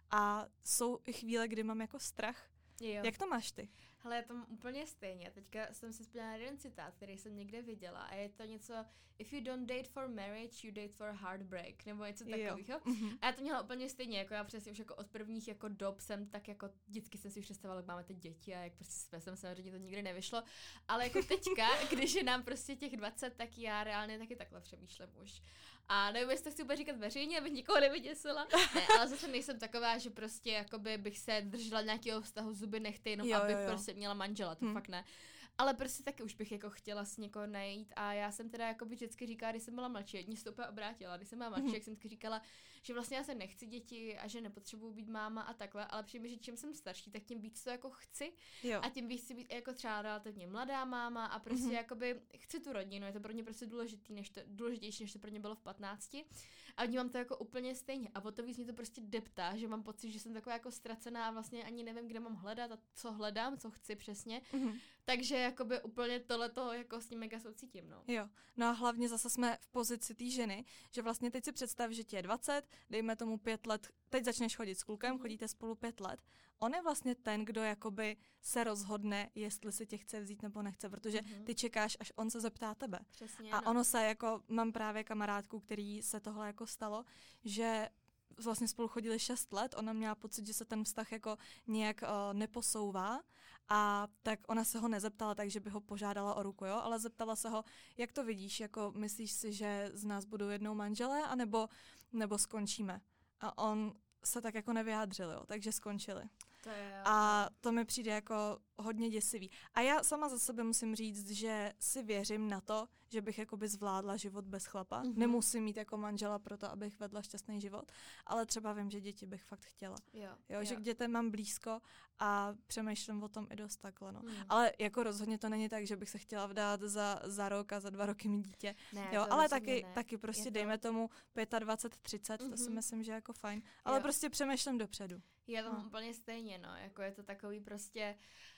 A jsou i chvíle, kdy mám jako strach. Jo. Jak to máš ty? Hele, já to mám úplně stejně. Teďka jsem si vzpomněla jeden citát, který jsem někde viděla a je to něco if you don't date for marriage, you date for heartbreak, nebo něco Jo. takového. Mhm. A já to měla úplně stejně, jako já přesně už jako od prvních jako dob jsem tak jako vždycky jsem si už představovala, jak máme teď děti a jak prostě jsme sem samozřejmě to nikdy nevyšlo. Ale jako teďka, když je nám prostě těch dvacet, tak já reálně taky takhle přemýšlím už. A nevím, jestli to chci úplně říkat veřejně, abych nikoho nevyděsila. Ne, ale zase nejsem taková, že prostě jakoby bych se držela nějakého vztahu zuby nechty, jenom Jo, abych jo, jo. prostě měla manžela, to Hm. fakt ne. Ale prostě taky už bych jako chtěla s někoho najít a já jsem teda jako by vždycky říkala, když jsem byla mladší, jedně se to úplně obrátila, když jsem byla mladší, Mhm. jak jsem vždycky říkala, že vlastně já se nechci děti a že nepotřebuji být máma a takhle, ale přijde mi, že čím jsem starší, tak tím víc to jako chci Jo. a tím víc chci být jako třeba relativně mladá máma a prostě Mhm. jakoby chci tu rodinu, je to pro mě prostě důležitý, než to, důležitější, než to pro mě bylo v patnácti a vnímám to jako úplně stejně a o to víc mě to prostě deptá, že mám pocit, že jsem taková jako ztracená a vlastně ani nevím, kde mám hledat a co hledám, co chci přesně, Mhm. takže jakoby úplně tohleto jako s ním mega soucítím, no. Jo, no a hlavně zase jsme v pozici té ženy, že vlastně teď si představ, že ti je dvacet, dejme tomu pět let, teď začneš chodit s klukem, Mhm. chodíte spolu pět let, on je vlastně ten, kdo jakoby se rozhodne, jestli si tě chce vzít nebo nechce, protože Mhm. ty čekáš, až on se zeptá tebe. Přesně, A no. ono se jako, mám právě kamarádku, který se tohle jako stalo, že vlastně spolu chodili šest let, ona měla pocit, že se ten vztah jako nějak uh, neposouvá a tak ona se ho nezeptala, takže by ho požádala o ruku, jo, ale zeptala se ho, jak to vidíš, jako myslíš si, že z nás budou jednou manželé, anebo nebo skončíme. A on se tak jako nevyjádřil, jo, takže skončili. To je, A to mi přijde jako hodně děsivý. A já sama za sebe musím říct, že si věřím na to, že bych jakoby zvládla život bez chlapa. Mhm. Nemusím mít jako manžela pro to, abych vedla šťastný život, ale třeba vím, že děti bych fakt chtěla. jo, Jo, že k dětem mám blízko a přemýšlím o tom i dost takhle, no. Hmm. Ale jako rozhodně to není tak, že bych se chtěla vdát za, za rok a za dva roky mít dítě. Ne, Jo, to ale rozhodně taky, ne. taky prostě Je to- dejme tomu dvacet pět třicet, to si Mhm. myslím, že je jako fajn. Ale Jo. prostě přemýšlím dopředu. Já to mám No. úplně stejně, no, jako je to takový prostě,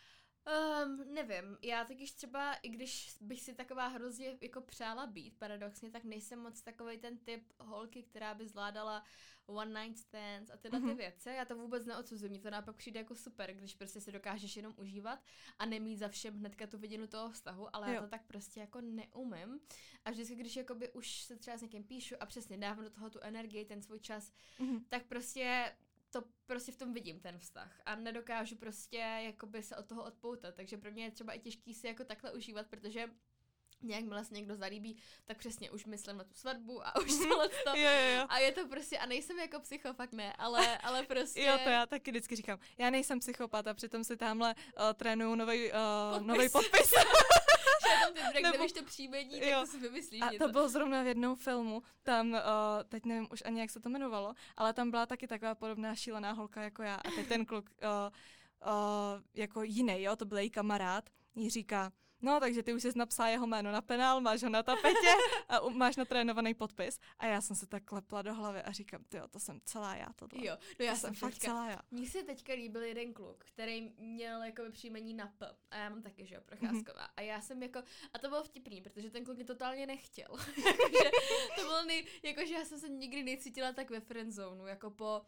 um, nevím, já takyž třeba, i když bych si taková hrozně jako přála být, paradoxně, tak nejsem moc takovej ten typ holky, která by zvládala one night stands a tyhle ty Mhm. věci, já to vůbec neodsuzuji, mně to naopak přijde jako super, když prostě si dokážeš jenom užívat a nemít za všem hnedka tu vidinu toho vztahu, ale Jo. já to tak prostě jako neumím a vždycky, když jakoby už se třeba s někým píšu a přesně dávám do toho tu energii, ten svůj čas, Mhm. tak prostě to prostě v tom vidím ten vztah a nedokážu prostě jakoby se od toho odpoutat, takže pro mě je třeba i těžký si jako takhle užívat, protože jakmile se někdo zalíbí, tak přesně už myslím na tu svatbu a už tohle to. Jo, jo, jo. A je to prostě, a nejsem jako psycho, fakt ne, ale, ale prostě... Jo, to já taky vždycky říkám. Já nejsem psychopat a přitom si tamhle uh, trénuju novej, uh, Podpis. novej podpis. Že tam ty drag, Nebo- nevíš to příjmení, tak jo. to si vymyslíš A něco. to bylo zrovna v jednom filmu, tam, uh, teď nevím už ani, jak se to jmenovalo, ale tam byla taky taková podobná šílená holka jako já. A teď ten kluk, uh, uh, jako jiný, jo, to byl její kamarád, jí říká, no, takže ty už jsi napsala jeho jméno na penál, máš ho na tapetě a u- máš natrénovaný podpis. A já jsem se tak klepla do hlavy a říkám, tyjo, to jsem celá já tohle. Jo, no já to jsem jsem fakt celá já. Mně se teďka líbil jeden kluk, který měl jakoby příjmení na P. A já mám taky, že jo, Procházková. A já jsem jako, a to bylo vtipný, protože ten kluk mě totálně nechtěl. Jakože to bylo nej, jakože já jsem se nikdy necítila tak ve friendzonu, jako po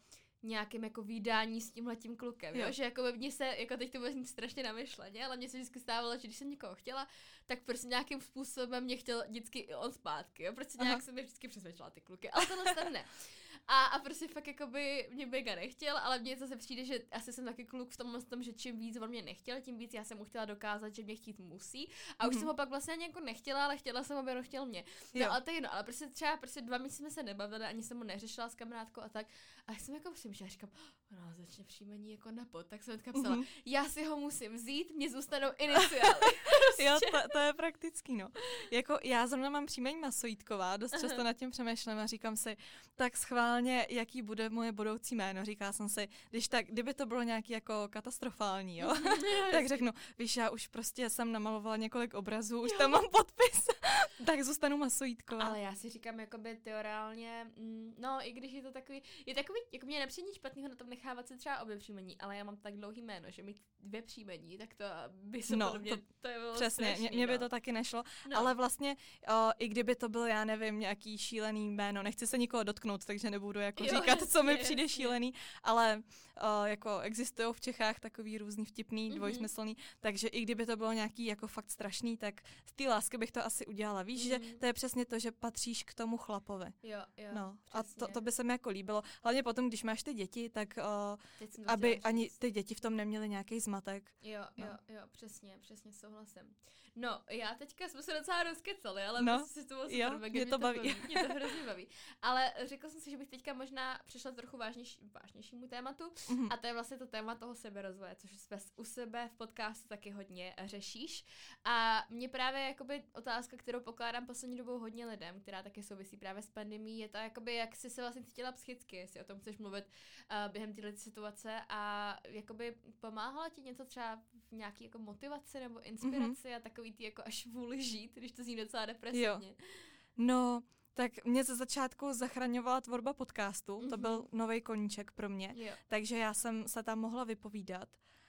nějakým jako vydání s tímhletím klukem, jo? Jo. Že jako ve mně se, jako teď to bude znít strašně namyšleně, ale mně se vždycky stávalo, že když jsem někoho chtěla, tak prostě nějakým způsobem mě chtěl vždycky i on zpátky, jo? Prostě nějak Aha. jsem mě vždycky přesvědčila ty kluky, ale tohle tam ne. A, a prostě fakt jakoby mě mega nechtěl, ale mně zase přijde, že asi jsem taky kluk v tomhle tom, že čím víc on mě nechtěl, tím víc já jsem mu chtěla dokázat, že mě chtít musí. A už Mhm. jsem ho pak vlastně ani jako nechtěla, ale chtěla jsem, aby on chtěl mě. No Jo. ale to je jedno, ale prostě třeba prostě dva měsíce jsme se nebavili, ani jsem mu neřešila s kamarádkou a tak. A já jsem jako přemýšlela, říkám, ona začne příjmení jako na pod, tak jsem hnedka psala, Mhm. já si ho musím vzít, mě zůstanou iniciály. Jo, to, to je praktický, no. Jako já zrovna mám příjmení Masojítková, dost často nad tím přemýšlím a říkám si, tak schválně, jaký bude moje budoucí jméno. Říkala jsem si, když tak, kdyby to bylo nějaký jako katastrofální, jo, tak řeknu, víš, já už prostě jsem namalovala několik obrazů, už tam mám podpis, tak zůstanu Masojítková. Ale já si říkám, jakoby teorálně, mm, no i když je to takový, je takový, jako mě nepřijde nic špatného na tom nechávat si třeba obě příjmení, ale já mám tak dlouhý jméno, že mít dvě příjmení, tak to by se No, podle mě, to- to, to je bylo Přesně, strašný, mě, mě by no. to taky nešlo, No. ale vlastně o, i kdyby to byl, já nevím, nějaký šílený jméno, nechci se nikoho dotknout, takže nebudu jako Jo, říkat, co mi jasně, přijde jasně. šílený, ale o, jako existují v Čechách takový různý vtipný, Mhm. dvojsmyslný, takže i kdyby to bylo nějaký jako fakt strašný, tak z té lásky bych to asi udělala. Víš, Mhm. že to je přesně to, že patříš k tomu chlapovi. Jo, jo, No, a to, přesně. to by se mi jako líbilo. Hlavně potom, když máš ty děti, tak o, Teď jsem to aby chtěla ani říct. ty děti v tom neměly nějaký zmatek. Jo, No. jo, jo, přesně, přesně souhlasím. No, já teďka jsme se docela rozkecali, ale No, prostě si to bylo jo, super, mega mě to baví. Mě to hrozně baví. Ale řekla jsem si, že bych teďka možná přišla k trochu vážnější, vážnějšímu tématu, Mhm. a to je vlastně to téma toho seberozvoje, což jsme u sebe v podcastu taky hodně řešíš. A mě právě jakoby otázka, kterou pokládám poslední dobou hodně lidem, která taky souvisí právě s pandemií, je to jakoby, jak jsi se vlastně cítila psychicky, jestli o tom chceš mluvit uh, během této situace a jakoby pomáhalo ti něco třeba v nějaký jako motivaci nebo inspiraci mm-hmm. a takový ty jako až vůli žít, když to zní docela depresivně. No, tak mě ze začátku zachraňovala tvorba podcastu, mm-hmm. to Mhm. byl nový koníček pro mě, Jo. takže já jsem se tam mohla vypovídat.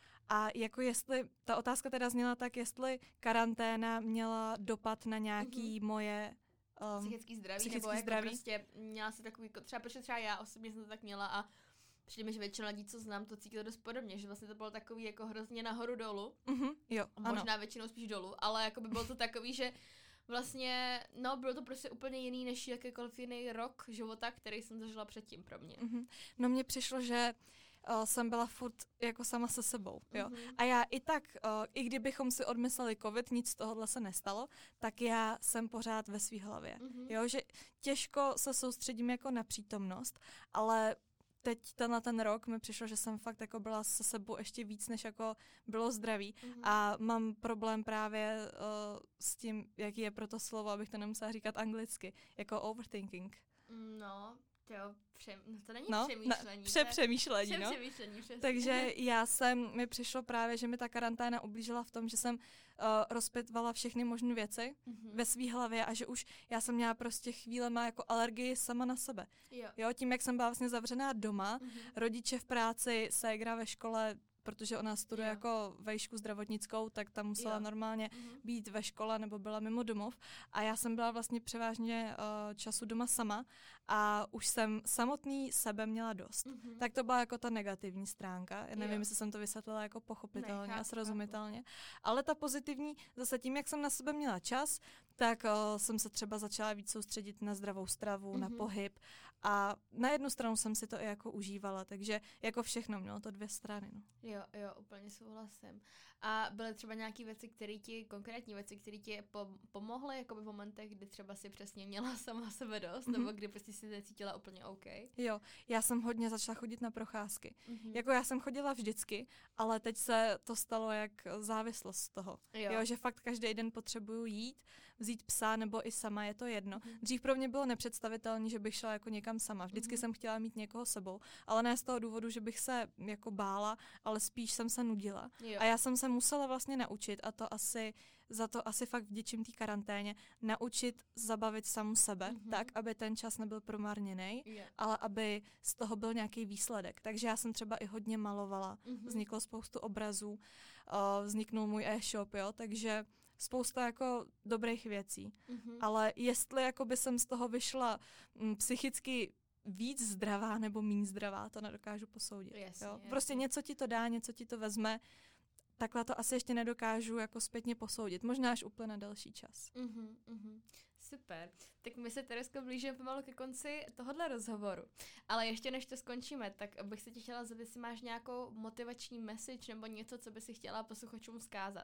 A jako jestli, ta otázka teda zněla tak, jestli karanténa měla dopad na nějaký mm-hmm. moje... Um, Psychický zdraví, psychický nebo jako zdraví. prostě měla si takový, třeba protože třeba já osobně jsem to tak měla a přijde mi, že většina lidí, co znám, to cítilo dost podobně, že vlastně to bylo takový jako hrozně nahoru dolů, mm-hmm, jo, a ano. možná většinou spíš dolů, ale jako by bylo to takový, že vlastně, no, bylo to prostě úplně jiný než jakýkoliv jiný rok života, který jsem zažila předtím pro mě. Mm-hmm. No mně přišlo, že uh, jsem byla furt jako sama se sebou, jo. Mhm. A já i tak, uh, i kdybychom si odmysleli covid, nic z tohohle se nestalo, tak já jsem pořád ve svý hlavě, Mhm. jo, že těžko se soustředím jako na přítomnost, ale teď tenhle ten rok mi přišlo, že jsem fakt jako byla se sebou ještě víc, než jako bylo zdraví. Mhm. A mám problém právě uh, s tím, jaký je pro to slovo, abych to nemusela říkat anglicky, jako overthinking. No, to jo, pře- no to není No, přemýšlení. na, přepřemýšlení, to je no. přemýšlení, přesně. Takže já jsem, mi přišlo právě, že mi ta karanténa ublížila v tom, že jsem uh, rozpitvala všechny možné věci Mhm. ve svý hlavě a že už já jsem měla prostě chvílema jako alergii sama na sebe. Jo. Jo, tím, jak jsem byla vlastně zavřená doma, Mhm. rodiče v práci, ségra ve škole, protože ona studuje Jo. jako vejšku zdravotnickou, tak tam musela Jo. normálně Mhm. být ve škole nebo byla mimo domov a já jsem byla vlastně převážně uh, času doma sama a už jsem samotný sebe měla dost. Mhm. Tak to byla jako ta negativní stránka. Já nevím, Jo. jestli jsem to vysvětlila jako pochopitelně Ne, a chápu, srozumitelně. Ale ta pozitivní, zase tím, jak jsem na sebe měla čas, tak uh, jsem se třeba začala víc soustředit na zdravou stravu, mm-hmm. na Mhm. pohyb a na jednu stranu jsem si to i jako užívala, takže jako všechno mělo to dvě strany. No. Jo, jo, úplně souhlasím. A byly třeba nějaké věci, které ti, konkrétní věci, které ti pom- pomohly, jako v momentech, kdy třeba si přesně měla sama sebe dost, Mhm. nebo kdy prostě si necítila úplně OK? Jo, já jsem hodně začala chodit na procházky. Mhm. Jako já jsem chodila vždycky, ale teď se to stalo jak závislost z toho. Jo. Jo, že fakt každý den potřebuju jít, vzít psa nebo i sama, je to jedno. Mhm. Dřív pro mě bylo nepředstavitelné, že bych šla jako někam sama. Vždycky Mhm. jsem chtěla mít někoho sebou, ale ne z toho důvodu, že bych se jako bála, ale spíš jsem se nudila. Jo. A já jsem se musela vlastně naučit, a to asi, za to asi fakt vděčím té karanténě, naučit zabavit samu sebe, Mhm. tak, aby ten čas nebyl promarněný, Jo. ale aby z toho byl nějaký výsledek. Takže já jsem třeba i hodně malovala, Mhm. vzniklo spoustu obrazů, uh, vzniknul můj e-shop, jo, takže spousta jako dobrých věcí. Mhm. Ale jestli jako by jsem z toho vyšla m, psychicky víc zdravá nebo méně zdravá, to nedokážu posoudit. Jasně, jo? jasně. Prostě něco ti to dá, něco ti to vezme, takhle to asi ještě nedokážu jako zpětně posoudit. Možná až uplyne delší čas. Mhm, mhm. Super. Tak my se, Teresko, blížíme pomalu ke konci tohohle rozhovoru. Ale ještě než to skončíme, tak bych se tě chtěla zeptat, jestli máš nějakou motivační message nebo něco, co by si chtěla posluchačům vzkázat.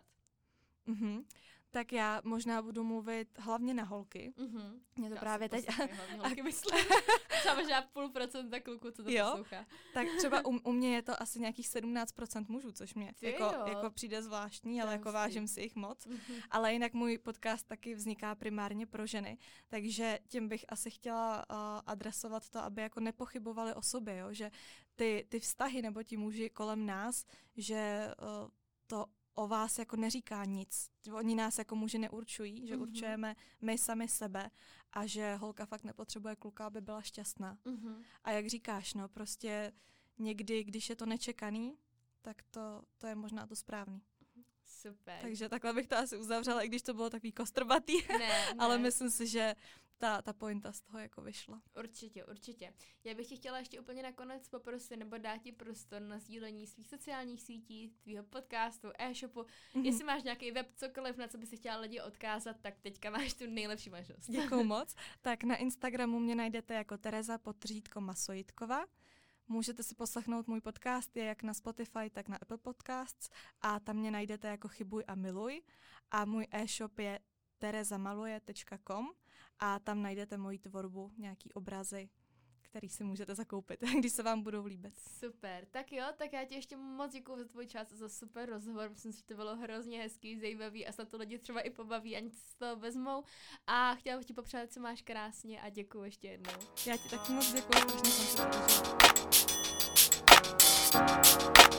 Mhm. Tak já možná budu mluvit hlavně na holky. Mhm. Mě to Já právě si teď... poslouchej hlavně holky, myslím. Třeba možná půl procenta kluků, co to Jo. poslouchá. Tak třeba u, u mě je to asi nějakých sedmnáct procent mužů, což mě Ty jako, jo. jako přijde zvláštní, To ale je jako hustý. vážím si jich moc. Mhm. Ale jinak můj podcast taky vzniká primárně pro ženy, takže tím bych asi chtěla uh, adresovat to, aby jako nepochybovali o sobě, jo? Že ty, ty vztahy nebo ti muži kolem nás, že uh, to o vás jako neříká nic. Oni nás jako muži neurčují, že Mhm. určujeme my sami sebe a že holka fakt nepotřebuje kluka, aby byla šťastná. Mhm. A jak říkáš, no prostě někdy, když je to nečekaný, tak to, to je možná to správný. Super. Takže takhle bych to asi uzavřela, i když to bylo takový kostrbatý, Ne, ne. ale myslím si, že ta, ta pointa z toho jako vyšla. Určitě, určitě. Já bych tě chtěla ještě úplně nakonec poprosit nebo dát ti prostor na sdílení svých sociálních sítí, tvýho podcastu, e-shopu. Mhm. Jestli máš nějaký web, cokoliv, na co by si chtěla lidi odkázat, tak teďka máš tu nejlepší možnost. Děkuju moc. Tak na Instagramu mě najdete jako Tereza podtržítko Masojitková. Můžete si poslechnout můj podcast, je jak na Spotify, tak na Apple Podcasts a tam mě najdete jako Chybuj a miluj. A můj e-shop je terezamaluje tečka com a tam najdete moji tvorbu, nějaký obrazy, který si můžete zakoupit, když se vám budou líbit. Super, tak jo, tak já ti ještě moc děkuju za tvůj čas, za super rozhovor, myslím si, že to bylo hrozně hezký, zajímavý a snad to lidi třeba i pobaví a nic z toho vezmou a chtěla bych ti popřát, co máš krásně a děkuju ještě jednou. Já ti taky moc děkuju, strašně jsem se to užila.